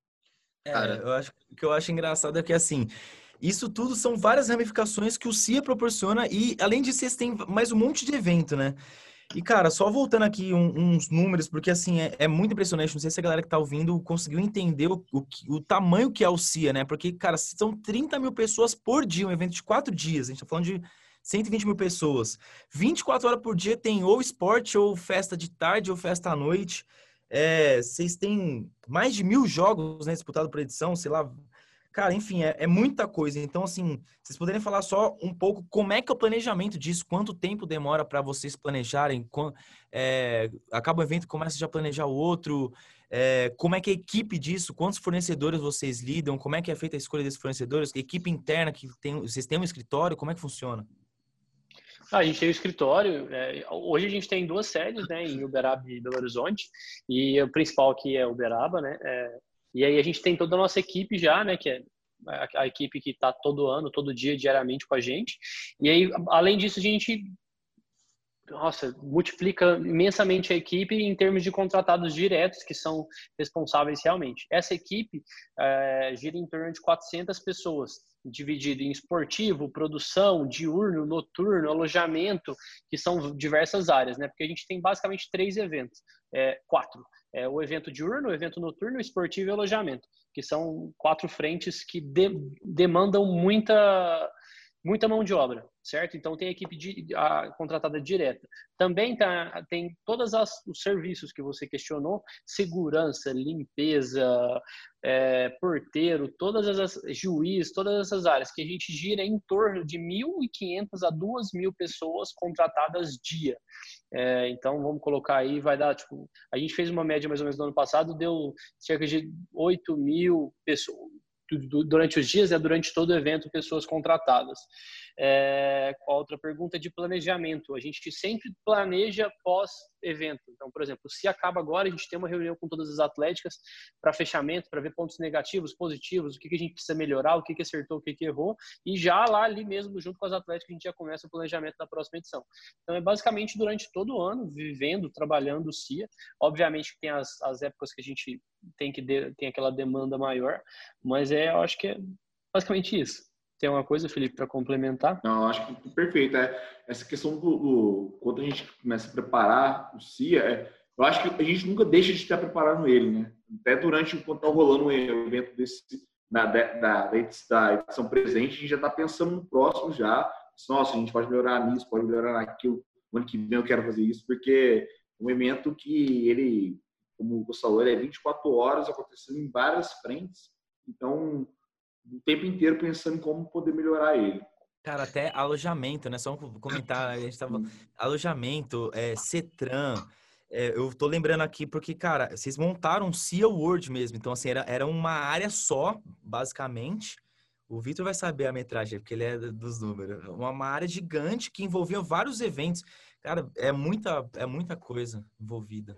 É, eu acho, o que eu acho engraçado é que, assim, isso tudo são várias ramificações que o C I A proporciona e, além disso, vocês têm mais um monte de evento, né? E, cara, só voltando aqui um, uns números, porque, assim, é, é muito impressionante. Não sei se a galera que tá ouvindo conseguiu entender o, o, o tamanho que é o C I A, né? Porque, cara, são trinta mil pessoas por dia, um evento de quatro dias. A gente tá falando de cento e vinte mil pessoas. vinte e quatro horas por dia tem ou esporte, ou festa de tarde, ou festa à noite. É, vocês têm mais de mil jogos, né, disputados por edição, sei lá. Cara, enfim, é, é muita coisa. Então, assim, vocês poderiam falar só um pouco como é que é o planejamento disso, quanto tempo demora para vocês planejarem, quando, é, acaba o evento, começa já a planejar o outro, é, como é que é a equipe disso, quantos fornecedores vocês lidam, como é que é feita a escolha desses fornecedores, equipe interna, que tem, vocês têm um escritório, como é que funciona? Ah, a gente tem o escritório, é, hoje a gente tem duas sedes, né, em Uberaba e Belo Horizonte, e o principal aqui é Uberaba, né, é, e aí a gente tem toda a nossa equipe já, né, que é a, a equipe que está todo ano, todo dia, diariamente com a gente, e aí, além disso, a gente, nossa, multiplica imensamente a equipe em termos de contratados diretos, que são responsáveis realmente. Essa equipe é, gira em torno de quatrocentas pessoas, dividido em esportivo, produção, diurno, noturno, alojamento, que são diversas áreas, né? Porque a gente tem basicamente três eventos, é, quatro. É, o evento diurno, o evento noturno, o esportivo e o alojamento, que são quatro frentes que de, demandam muita, muita mão de obra, certo? Então tem a equipe de, a, contratada direta. Também tá, tem todos os serviços que você questionou, segurança, limpeza, é, porteiro, todas as juiz, todas essas áreas, que a gente gira em torno de mil e quinhentas a duas mil pessoas contratadas dia. É, então vamos colocar aí, vai dar, tipo, a gente fez uma média mais ou menos no ano passado, deu cerca de oito mil pessoas, durante os dias, é durante todo o evento, pessoas contratadas. É, qual outra pergunta? De planejamento. A gente sempre planeja pós-evento. Então, por exemplo, se acaba agora, a gente tem uma reunião com todas as atléticas para fechamento, para ver pontos negativos, positivos, o que, que a gente precisa melhorar, o que, que acertou, o que, que errou, e já lá ali mesmo, junto com as atléticas, a gente já começa o planejamento da próxima edição. Então, é basicamente durante todo o ano, vivendo, trabalhando o C I A. Obviamente que tem as, as épocas que a gente tem que de, tem aquela demanda maior, mas é, eu acho que é basicamente isso. Tem alguma coisa, Felipe, para complementar? Não, eu acho que perfeito. É, essa questão do, do quando a gente começa a preparar o C I A, é, eu acho que a gente nunca deixa de estar preparando ele, né? Até durante enquanto está rolando um evento desse da, da, da, da edição presente, a gente já está pensando no próximo já. Nossa, a gente pode melhorar nisso, pode melhorar naquilo. O ano que vem eu quero fazer isso, porque é um evento que ele, como o Gustavo falou, ele é vinte e quatro horas acontecendo em várias frentes. Então, o tempo inteiro pensando em como poder melhorar ele. Cara, até alojamento, né? Só um comentário, a gente tava... Alojamento, é, CETRAN, é, eu tô lembrando aqui porque, cara, vocês montaram um C I A World mesmo, então, assim, era, era uma área só, basicamente. O Vitor vai saber a metragem, porque ele é dos números. Uma, uma área gigante que envolvia vários eventos. Cara, é muita, é muita coisa envolvida.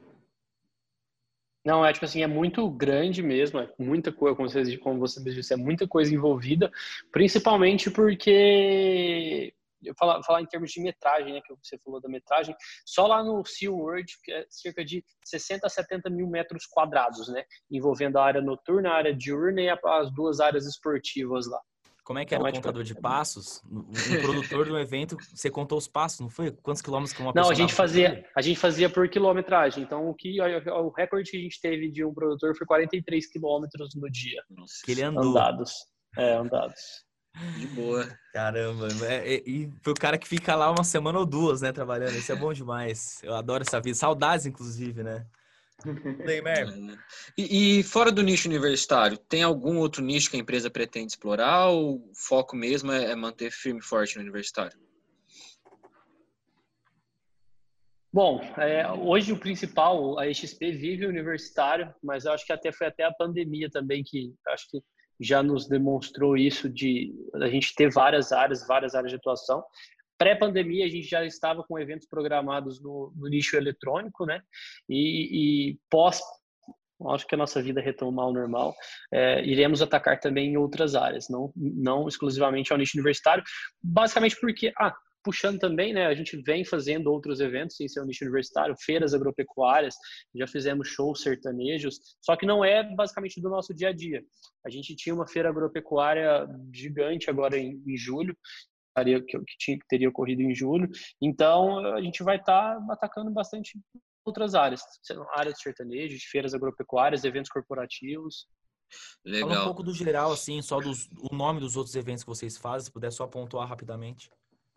Não, é tipo assim, é muito grande mesmo, é muita coisa, como você, como você disse, é muita coisa envolvida, principalmente porque, eu falar, falar em termos de metragem, né, que você falou da metragem, só lá no C I A World, que é cerca de sessenta a setenta mil metros quadrados, né, envolvendo a área noturna, a área diurna e as duas áreas esportivas lá. Como é que era Então, o é, tipo, contador de passos? Um um produtor do evento, você contou os passos, não foi? Quantos quilômetros que uma Não, pessoa a gente dava por fazia, dia? a gente fazia por quilometragem. Então, o que o recorde que a gente teve de um produtor foi quarenta e três quilômetros no dia Nossa, Que ele andou. andados. É, andados. de boa. Caramba, é- é- e foi o cara que fica lá uma semana ou duas, né, trabalhando. Isso é bom demais. Eu adoro essa vida. Saudades, inclusive, né? Neymar, É. E, e fora do nicho universitário, tem algum outro nicho que a empresa pretende explorar ou o foco mesmo é, é manter firme e forte no universitário? Bom, é, hoje o principal, a E X P vive universitário, mas eu acho que até foi até a pandemia também que acho que já nos demonstrou isso de a gente ter várias áreas, várias áreas de atuação. Pré-pandemia, a gente já estava com eventos programados no, no nicho eletrônico, né? E, e pós, acho que a nossa vida retomar ao normal, é, iremos atacar também em outras áreas, não, não exclusivamente ao nicho universitário, basicamente porque, ah, puxando também, né, a gente vem fazendo outros eventos sem ser o nicho universitário, feiras agropecuárias, já fizemos shows sertanejos, só que não é basicamente do nosso dia a dia. A gente tinha uma feira agropecuária gigante agora em, em julho, que, que, tinha, que teria ocorrido em julho. Então, a gente vai estar tá atacando bastante outras áreas, áreas de sertanejo, de feiras agropecuárias, eventos corporativos. Legal. Fala um pouco do geral, assim, só dos, o nome dos outros eventos que vocês fazem, se puder só pontuar rapidamente.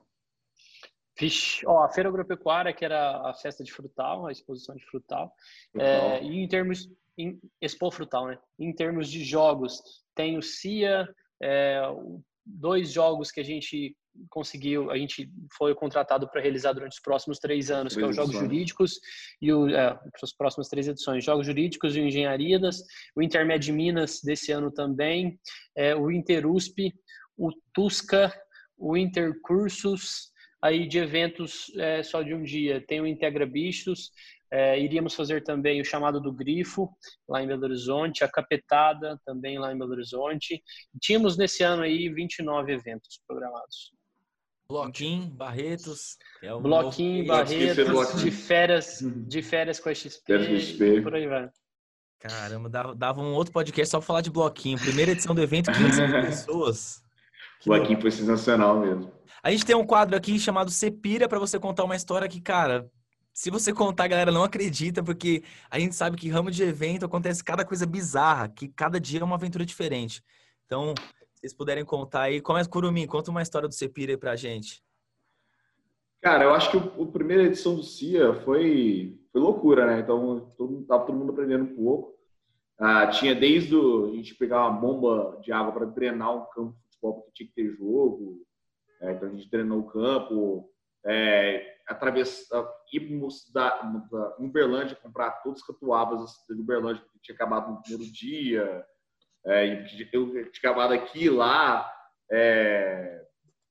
Vixe, ó, a feira agropecuária, que era a festa de frutal, a exposição de frutal. É, e em termos... Em, Expo Frutal, né? Em termos de jogos, tem o C I A, é, dois jogos que a gente conseguiu, a gente foi contratado para realizar durante os próximos três anos, três que é os Jogos edições. Jurídicos e o, é, as próximas três edições, Jogos Jurídicos e o Engenharias, o Intermed Minas desse ano também, é, o Interusp, o Tusca, o Intercursos, aí de eventos é, só de um dia, tem o Integra Bichos, é, iríamos fazer também o chamado do Grifo, lá em Belo Horizonte, a Capetada, também lá em Belo Horizonte. Tínhamos nesse ano aí vinte e nove eventos programados. Bloquinho, Barretos. É um Bloquinho, novo... Barretos, de férias, de férias com a X P, e por aí vai. Caramba, dava, dava um outro podcast só pra falar de Bloquinho. Primeira edição do evento, quinze mil pessoas. Que Bloquinho louco. Foi sensacional mesmo. A gente tem um quadro aqui chamado Cepira para você contar uma história que, cara, se você contar, a galera não acredita, porque a gente sabe que ramo de evento acontece cada coisa bizarra, que cada dia é uma aventura diferente. Então, se vocês puderem contar aí, começa, Curumim, conta uma história do Cepira aí pra gente. Cara, eu acho que o, a primeira edição do C I A foi, foi loucura, né? Então, todo, tava todo mundo aprendendo um pouco. Ah, tinha desde o, a gente pegar uma bomba de água para drenar um campo de futebol, porque tinha que ter jogo. É, então, a gente drenou o campo. É, atravessar, irmos da, da Uberlândia, comprar todas as catuabas de Uberlândia, que tinha acabado no primeiro dia. É, eu tinha acabado aqui e lá. É,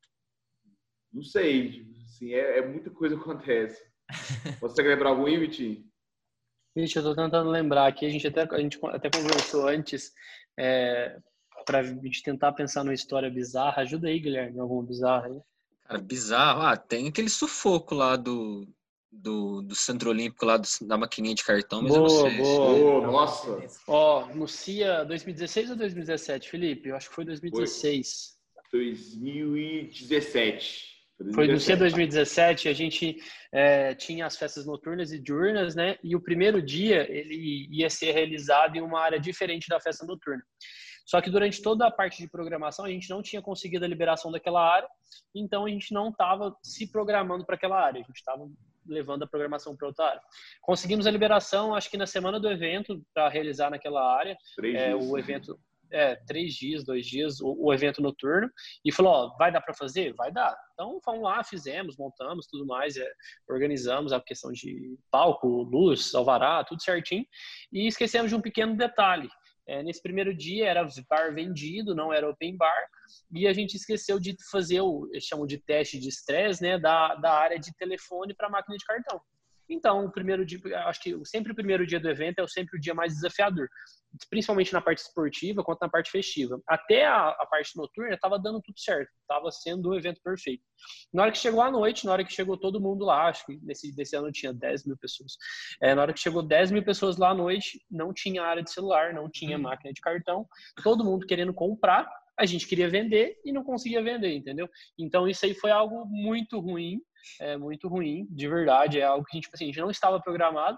não sei, assim, é, é muita coisa que acontece. Você quer lembrar algum aí, Vitinho? Gente, eu tô tentando lembrar aqui, a gente até, a gente até conversou antes, é, para a gente tentar pensar numa história bizarra. Ajuda aí, Guilherme, alguma bizarra aí. Cara, bizarro. Ah, tem aquele sufoco lá do, do, do Centro Olímpico, lá do, da maquininha de cartão, mas boa, eu não sei. Boa, oh, nossa! Ó, no C I A dois mil e dezesseis ou dois mil e dezessete, Felipe? Eu acho que foi dois mil e dezesseis. Foi dois mil e dezessete. Foi no C I A dois mil e dezessete, a gente é, tinha as festas noturnas e diurnas, né? E o primeiro dia ele ia ser realizado em uma área diferente da festa noturna. Só que durante toda a parte de programação a gente não tinha conseguido a liberação daquela área, então a gente não estava se programando para aquela área, a gente estava levando a programação para outra área. Conseguimos a liberação, acho que na semana do evento, para realizar naquela área, é, o evento, é, três dias, dois dias, o, o evento noturno, e falou, ó, vai dar para fazer? Vai dar. Então, vamos lá, fizemos, montamos, tudo mais, é, organizamos a questão de palco, luz, alvará, tudo certinho, e esquecemos de um pequeno detalhe. É, nesse primeiro dia era bar vendido, não era open bar, e a gente esqueceu de fazer o, eles chamam de teste de estresse, né, da, da área de telefone para máquina de cartão. Então, o primeiro dia, acho que sempre o primeiro dia do evento é sempre o dia mais desafiador, principalmente na parte esportiva quanto na parte festiva. Até a, a parte noturna estava dando tudo certo, estava sendo um evento perfeito. Na hora que chegou a noite, na hora que chegou todo mundo lá, acho que nesse, nesse ano tinha dez mil pessoas, é, na hora que chegou dez mil pessoas lá à noite, não tinha área de celular, não tinha máquina de cartão, todo mundo querendo comprar a gente queria vender e não conseguia vender, entendeu? Então isso aí foi algo muito ruim, é, muito ruim, de verdade, é algo que a gente, tipo assim, a gente não estava programado,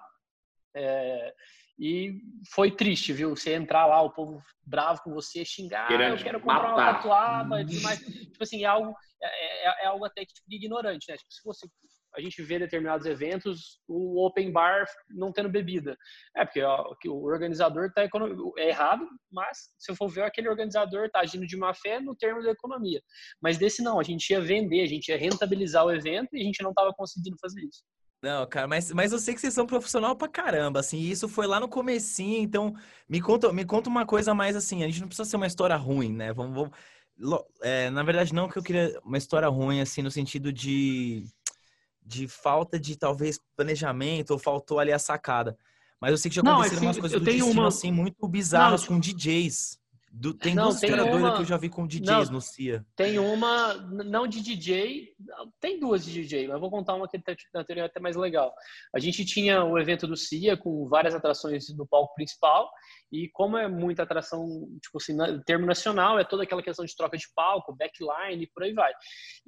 é, e foi triste, viu? Você entrar lá, o povo bravo com você, xingar, ah, eu quero comprar uma catuaba e tudo mais. Tipo assim, é algo, é, é, é algo até que tipo, ignorante, né? Tipo, se você, a gente vê determinados eventos, o open bar não tendo bebida. É, porque ó, o organizador tá econom... é errado, mas se eu for ver, aquele organizador tá agindo de má fé no termo da economia. Mas desse não, a gente ia vender, a gente ia rentabilizar o evento e a gente não tava conseguindo fazer isso. Não, cara, mas, mas eu sei que vocês são profissional pra caramba, assim, e isso foi lá no comecinho, então me conta, me conta uma coisa mais assim, a gente não precisa ser uma história ruim, né? Vamos, vamos é, na verdade não que eu queria uma história ruim, assim, no sentido de, de falta de, talvez, planejamento, ou faltou ali a sacada. Mas eu sei que já Não, aconteceram assim, umas coisas eu do tenho destino, uma... assim, muito Não, bizarras tipo... com D Js. Do, tem Não, duas tem histórias doidas que eu uma... já vi com D Js Não, no C I A. tem uma, não de D J, tem duas de D J, mas eu vou contar uma que na teoria é até mais legal. A gente tinha o evento do C I A com várias atrações no palco principal, e como é muita atração, tipo assim, em termo nacional, é toda aquela questão de troca de palco, backline e por aí vai.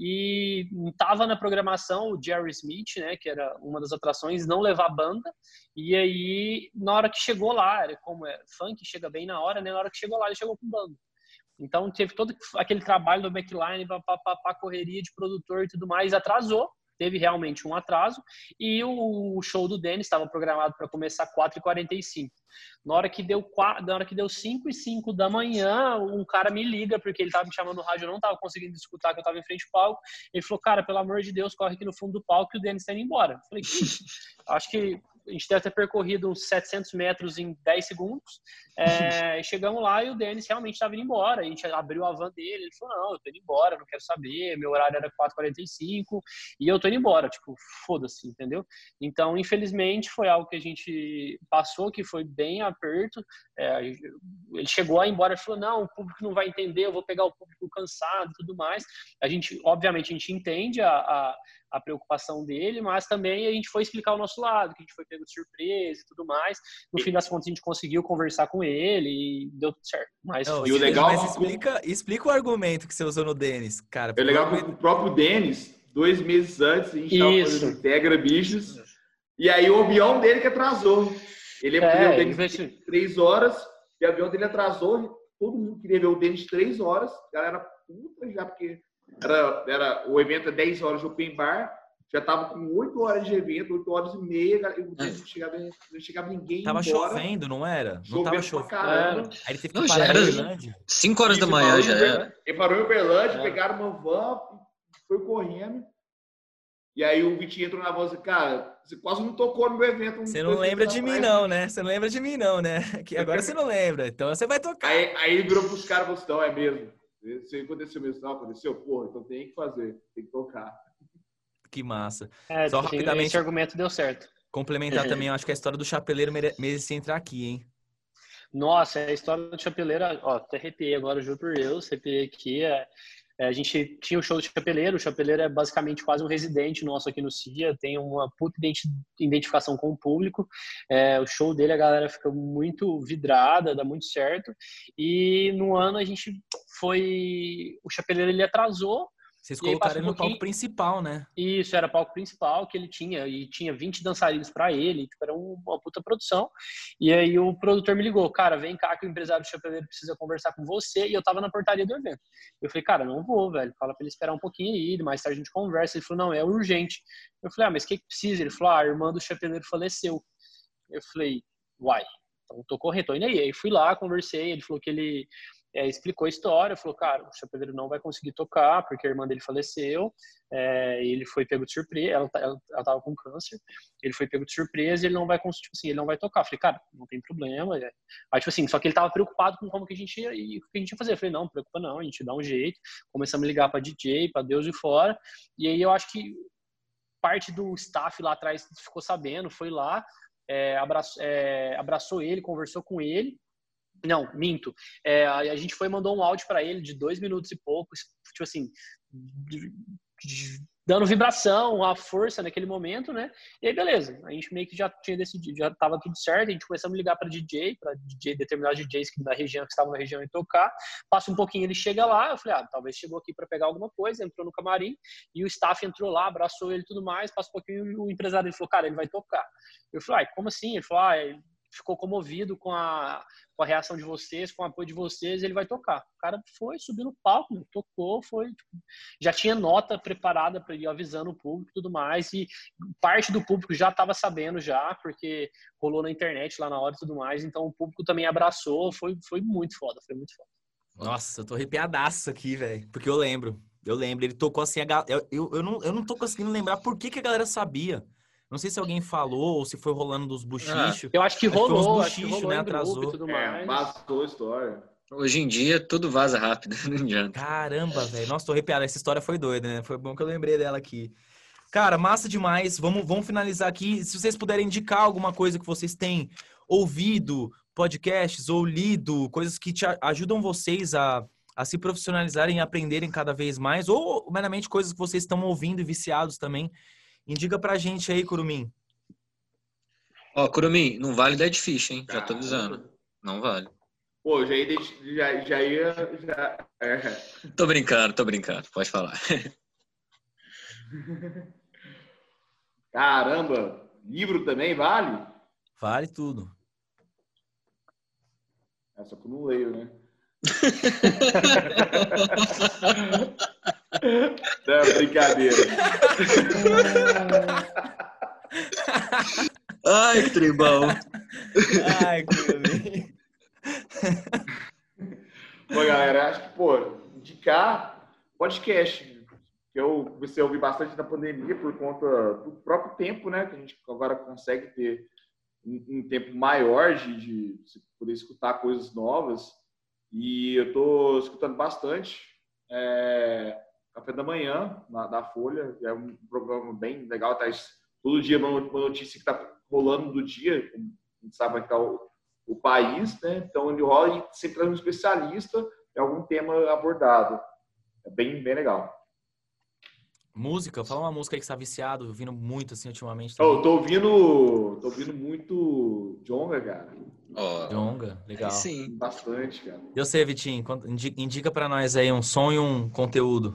E tava na programação o Jerry Smith, né, que era uma das atrações, não levar banda, e aí, na hora que chegou lá, como é funk, chega bem na hora, né, na hora que chegou lá, ele chegou com banda. Então, teve todo aquele trabalho do backline, para correria de produtor e tudo mais, atrasou, teve realmente um atraso, e o show do Denis estava programado para começar quatro e quarenta e cinco. Na hora que deu, na hora que deu cinco e cinco da manhã, um cara me liga, porque ele estava me chamando no rádio, eu não estava conseguindo escutar, que eu estava em frente ao palco. Ele falou, cara, pelo amor de Deus, corre aqui no fundo do palco que o Denis está indo embora. Eu falei, que isso? Acho que a gente deve ter percorrido uns setecentos metros em dez segundos. É, chegamos lá e o Denis realmente estava indo embora. A gente abriu a van dele. Ele falou, não, eu tô indo embora, não quero saber. Meu horário era quatro e quarenta e cinco e eu tô indo embora. Tipo, foda-se, entendeu? Então, infelizmente, foi algo que a gente passou, que foi bem aperto. É, ele chegou a ir embora e falou, não, o público não vai entender, eu vou pegar o público cansado e tudo mais. A gente, obviamente, a gente entende a, a a preocupação dele, mas também a gente foi explicar o nosso lado, que a gente foi pego de surpresa e tudo mais. No fim das contas, a gente conseguiu conversar com ele e deu tudo certo. Mas, Não, foi e o legal, mas explica, explica o argumento que você usou no Denis, cara. É legal que o próprio Denis, dois meses antes, a gente estava fazendo Integra Bichos, e aí o avião dele que atrasou. Ele ia fazer é, o Denis investi... três horas, e o avião dele atrasou, todo mundo queria ver o Denis três horas, a galera puta já, porque Era, era, o evento é dez horas de open bar, já tava com oito horas de evento, oito horas e meia, e não chegava, não chegava ninguém tava embora. Chovendo, não era? Não chovendo tava chovendo. Caramba. Aí ele teve que não, parar já era em Uberlândia. cinco horas Isso, da manhã já era. Ele parou em Uberlândia, é. pegaram uma van, foi correndo. E aí o Vitinho entrou na van e disse, cara, você quase não tocou no meu evento. Você não lembra de mim não, né? Você não lembra de mim não, né? Que agora você não lembra, então você vai tocar. Aí, aí ele virou pros caras e falou assim, não, é mesmo. Se aconteceu mesmo, não aconteceu, porra, então tem que fazer, tem que tocar. Que massa. É, Só tipo, rapidamente, esse argumento deu certo. Complementar também, eu acho que a história do chapeleiro merece entrar aqui, hein? Nossa, a história do chapeleiro, ó, até arrepiei agora, juro por Deus, arrepiei aqui, é, é, a gente tinha o show do chapeleiro, o chapeleiro é basicamente quase um residente nosso aqui no C I A, tem uma puta identificação com o público, é, o show dele a galera fica muito vidrada, dá muito certo, e no ano a gente foi, o chapeleiro ele atrasou. Vocês colocaram ele no um palco principal, né? Isso, era o palco principal que ele tinha, e tinha vinte dançarinos para ele, tipo, era uma puta produção. E aí o produtor me ligou, cara, vem cá que o empresário do chapeleiro precisa conversar com você, e eu tava na portaria do evento. Eu falei, cara, não vou, velho, fala pra ele esperar um pouquinho aí, mais tarde a gente conversa. Ele falou, não, é urgente. Eu falei, ah, mas o que que precisa? Ele falou, ah, a irmã do chapeleiro faleceu. Eu falei, uai, então tô correto, tô indo aí. Aí fui lá, conversei, ele falou que ele... É, explicou a história, falou, cara, o chapeleiro não vai conseguir tocar porque a irmã dele faleceu, é, ele foi pego de surpresa, ela, ela, ela tava com câncer, ele foi pego de surpresa e ele não vai conseguir, tipo assim, ele não vai tocar. Eu falei, cara, não tem problema. É. Aí, tipo assim, só que ele tava preocupado com como que a gente ia, e o que a gente ia fazer. Eu falei, não, não preocupa não, a gente dá um jeito. Começamos a ligar pra D J, pra Deus de fora, e aí eu acho que parte do staff lá atrás ficou sabendo, foi lá, é, abraçou, é, abraçou ele, conversou com ele. Não, minto. É, a gente foi mandou um áudio para ele de dois minutos e poucos, tipo assim, dando vibração, a força naquele momento, né? E aí, beleza. A gente meio que já tinha decidido, já tava tudo certo. A gente começamos a ligar para D J, para D J, determinados D Js que da região, que estavam na região e tocar. Passa um pouquinho, ele chega lá. Eu falei, ah, talvez chegou aqui para pegar alguma coisa. Entrou no camarim e o staff entrou lá, abraçou ele e tudo mais. Passa um pouquinho e o empresário ele falou, cara, ele vai tocar. Eu falei, ah, como assim? Ele falou, ah, ele ficou comovido com a, com a reação de vocês, com o apoio de vocês, ele vai tocar. O cara foi, subiu no palco, né? Tocou, foi, tipo, já tinha nota preparada para ir avisando o público e tudo mais, e parte do público já estava sabendo já, porque rolou na internet lá na hora e tudo mais, então o público também abraçou, foi, foi muito foda, foi muito foda. Nossa, eu tô arrepiadaço aqui, velho, porque eu lembro, eu lembro, ele tocou assim, a gal... eu, eu, eu, não, eu não tô conseguindo lembrar por que, que a galera sabia. Não sei se alguém falou ou se foi rolando dos buchichos. Eu acho que rolou, acho que rolou, né? Atrasou. Tudo mais. É, vazou a história. Hoje em dia, tudo vaza rápido, não adianta. Caramba, velho. Nossa, tô arrepiado. Essa história foi doida, né? Foi bom que eu lembrei dela aqui. Cara, massa demais. Vamos, vamos finalizar aqui. Se vocês puderem indicar alguma coisa que vocês têm ouvido, podcasts ou lido, coisas que te ajudam vocês a, a se profissionalizarem e aprenderem cada vez mais, ou meramente coisas que vocês estão ouvindo e viciados também, indica pra gente aí, Curumim. Ó, Curumim, não vale Dead Fish, hein? Já tô avisando. Não vale. Pô, já ia... Já, já ia já, é. Tô brincando, tô brincando. Pode falar. Caramba! Livro também vale? Vale tudo. É só que eu não leio, né? Não, brincadeira. Ai, que tribal. Ai, que Pô, galera, acho que, pô, indicar podcast, que eu comecei a ouvir bastante na pandemia por conta do próprio tempo, né? Que a gente agora consegue ter um, um tempo maior de, de poder escutar coisas novas. E eu tô escutando bastante. É... Café da Manhã, na, da Folha, é um programa bem legal, tá todo dia uma, uma notícia que está rolando do dia, a gente sabe que tá o, o país, né? Então ele rola e sempre traz um especialista em algum tema abordado. É bem, bem legal. Música? Fala uma música aí que você tá viciado, ouvindo muito assim ultimamente. Oh, tô ouvindo, tô ouvindo muito Djonga, cara. Oh, Djonga, legal. Sim. Bastante, cara. E você, Vitinho, indica pra nós aí um som e um conteúdo.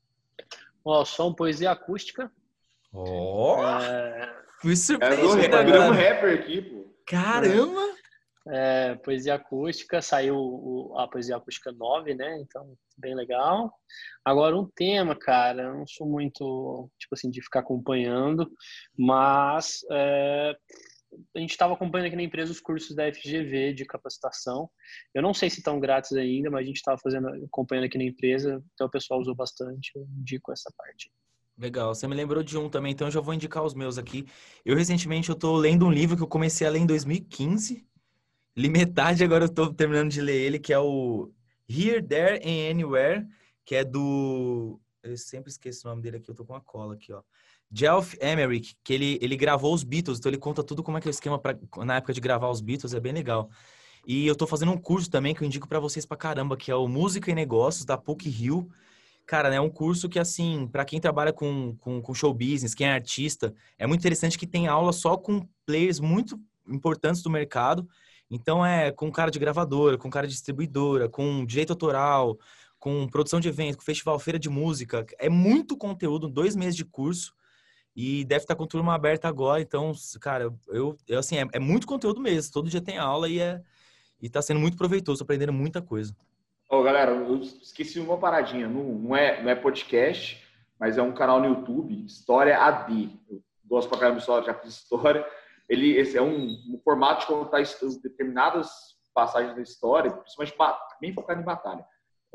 Ó, som, poesia acústica. Ó! Oh, é... Fui surpreendido. É um rapper aqui, pô. Caramba! É, poesia acústica, saiu o, a poesia acústica nove, né? Então, bem legal. Agora, um tema, cara, eu não sou muito, tipo assim, de ficar acompanhando, mas é, a gente estava acompanhando aqui na empresa os cursos da F G V de capacitação. Eu não sei se estão grátis ainda, mas a gente estava fazendo, acompanhando aqui na empresa, então o pessoal usou bastante, eu indico essa parte. Legal, você me lembrou de um também, então eu já vou indicar os meus aqui. Eu, recentemente, eu tô lendo um livro que eu comecei a ler em dois mil e quinze, li metade, agora eu tô terminando de ler ele, que é o Here, There and Anywhere, que é do... Eu sempre esqueço o nome dele aqui, eu tô com a cola aqui, ó. Geoff Emerick, que ele, ele gravou os Beatles, então ele conta tudo como é que é o esquema pra, na época de gravar os Beatles, é bem legal. E eu tô fazendo um curso também que eu indico pra vocês pra caramba, que é o Música e Negócios, da PUC-Rio. Cara, né, é um curso que, assim, pra quem trabalha com, com, com show business, quem é artista, é muito interessante que tem aula só com players muito importantes do mercado. Então, é com cara de gravadora, com cara de distribuidora, com direito autoral, com produção de evento, com festival, feira de música. É muito conteúdo, dois meses de curso. E deve estar com turma aberta agora. Então, cara, eu, eu assim, é, é muito conteúdo mesmo. Todo dia tem aula e, é, e tá sendo muito proveitoso, aprendendo muita coisa. Ô, oh, galera, eu esqueci uma paradinha. Não, não, é, não é podcast, mas é um canal no YouTube, História A D. Eu gosto pra caramba de história, já fiz história. Ele, esse é um, um formato de contar determinadas passagens da história, principalmente bem focado em batalha.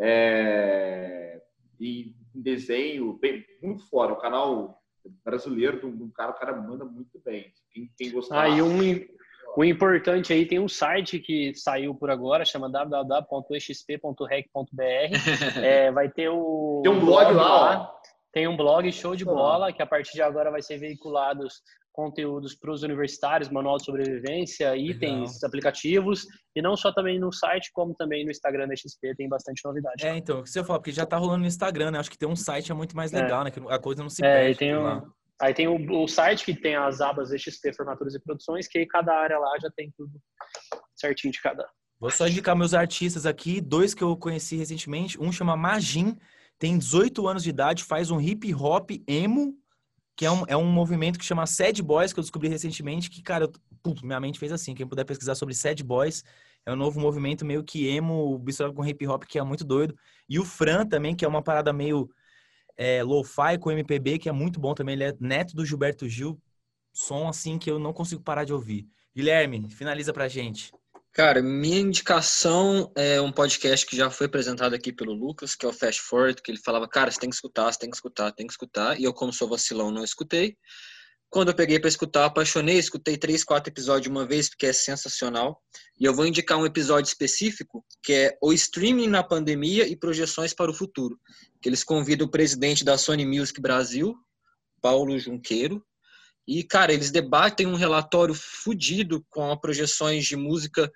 É, e em desenho, bem, muito fora. O canal brasileiro, um, um cara, o cara manda muito bem. Quem, quem gostar... Ah, e um, o importante aí, tem um site que saiu por agora, chama w w w ponto e x p ponto rec ponto b r. É, vai ter o... Tem um blog lá, ó. Tem um blog show de bola, que a partir de agora vai ser veiculado conteúdos para os universitários, manual de sobrevivência, itens, legal, aplicativos, e não só também no site, como também no Instagram da X P, tem bastante novidade. É, então, o que você fala, porque já tá rolando no Instagram, né? Acho que ter um site é muito mais legal, é, né? Que a coisa não se é, perde. E tem um, aí tem o, o site que tem as abas X P, formaturas e produções, que aí cada área lá já tem tudo certinho de cada. Vou só indicar meus artistas aqui, dois que eu conheci recentemente. Um chama Majin, tem dezoito anos de idade, faz um hip hop emo, que é um, é um movimento que chama Sad Boys, que eu descobri recentemente, que, cara, eu, putz, minha mente fez assim. Quem puder pesquisar sobre Sad Boys, é um novo movimento meio que emo, misturado com hip hop, que é muito doido. E o Fran também, que é uma parada meio é, lo-fi com M P B, que é muito bom também. Ele é neto do Gilberto Gil, som assim que eu não consigo parar de ouvir. Guilherme, finaliza pra gente. Cara, minha indicação é um podcast que já foi apresentado aqui pelo Lucas, que é o Fast Forward, que ele falava, cara, você tem que escutar, você tem que escutar, tem que escutar. E eu, como sou vacilão, não escutei. Quando eu peguei para escutar, apaixonei, escutei três, quatro episódios de uma vez, porque é sensacional. E eu vou indicar um episódio específico, que é o streaming na pandemia e projeções para o futuro. Que eles convidam o presidente da Sony Music Brasil, Paulo Junqueiro. E, cara, eles debatem um relatório fodido com as projeções de música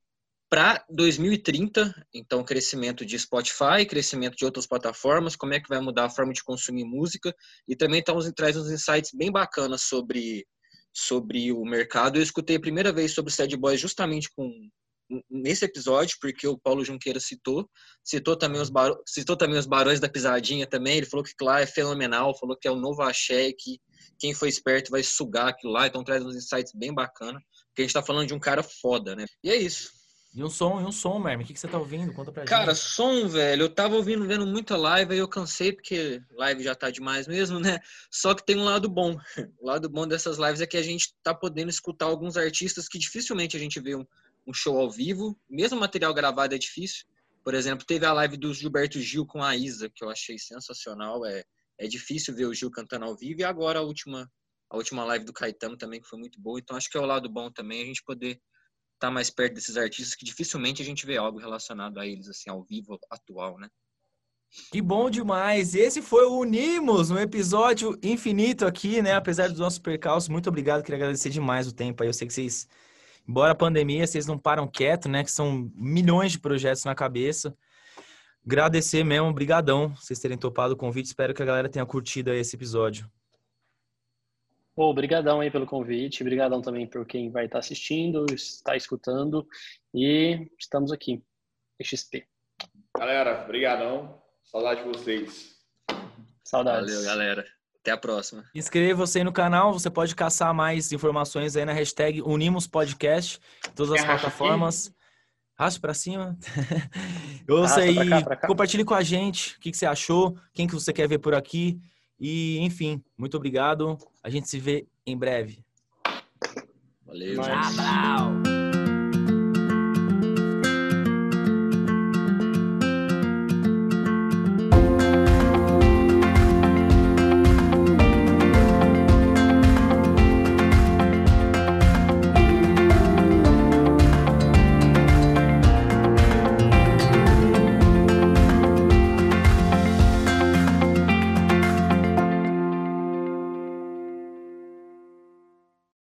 para dois mil e trinta, então crescimento de Spotify, crescimento de outras plataformas, como é que vai mudar a forma de consumir música, e também tá uns, traz uns insights bem bacanas sobre, sobre o mercado. Eu escutei a primeira vez sobre o Sad Boys justamente com, nesse episódio, porque o Paulo Junqueira citou, citou também, os bar, citou também os Barões da Pisadinha também, ele falou que lá é fenomenal, falou que é o novo axé, que quem foi esperto vai sugar aquilo lá, então traz uns insights bem bacanas, porque a gente tá falando de um cara foda, né? E é isso. E um som, e um som, Merme. O que, que você tá ouvindo? Conta pra Cara, gente. som, velho. Eu tava ouvindo, vendo muita live, aí eu cansei, porque live já tá demais mesmo, né? Só que tem um lado bom. O lado bom dessas lives é que a gente tá podendo escutar alguns artistas que dificilmente a gente vê um, um show ao vivo. Mesmo material gravado é difícil. Por exemplo, teve a live do Gilberto Gil com a Isa, que eu achei sensacional. É, é difícil ver o Gil cantando ao vivo. E agora a última, a última live do Caetano também, que foi muito boa. Então acho que é o lado bom também, a gente poder tá mais perto desses artistas que dificilmente a gente vê algo relacionado a eles, assim, ao vivo atual, né? Que bom demais! Esse foi o Unimos, um episódio infinito aqui, né? Apesar dos nossos percalços, muito obrigado, queria agradecer demais o tempo aí. Eu sei que vocês, embora a pandemia, vocês não param quieto, né? Que são milhões de projetos na cabeça. Agradecer mesmo, brigadão, vocês terem topado o convite. Espero que a galera tenha curtido aí esse episódio. Pô, brigadão aí pelo convite, brigadão também por quem vai estar assistindo, está escutando, e estamos aqui, X P. Galera, brigadão, saudade de vocês. Saudades. Valeu, galera. Até a próxima. Inscreva-se aí no canal, você pode caçar mais informações aí na hashtag Unimos Podcast, em todas as Quem racha plataformas. Racha pra cima. Ouça Arrasta aí, pra cá, pra cá. compartilhe com a gente o que, que você achou, quem que você quer ver por aqui. E, enfim, muito obrigado. A gente se vê em breve. Valeu, Mas... gente. Tchau!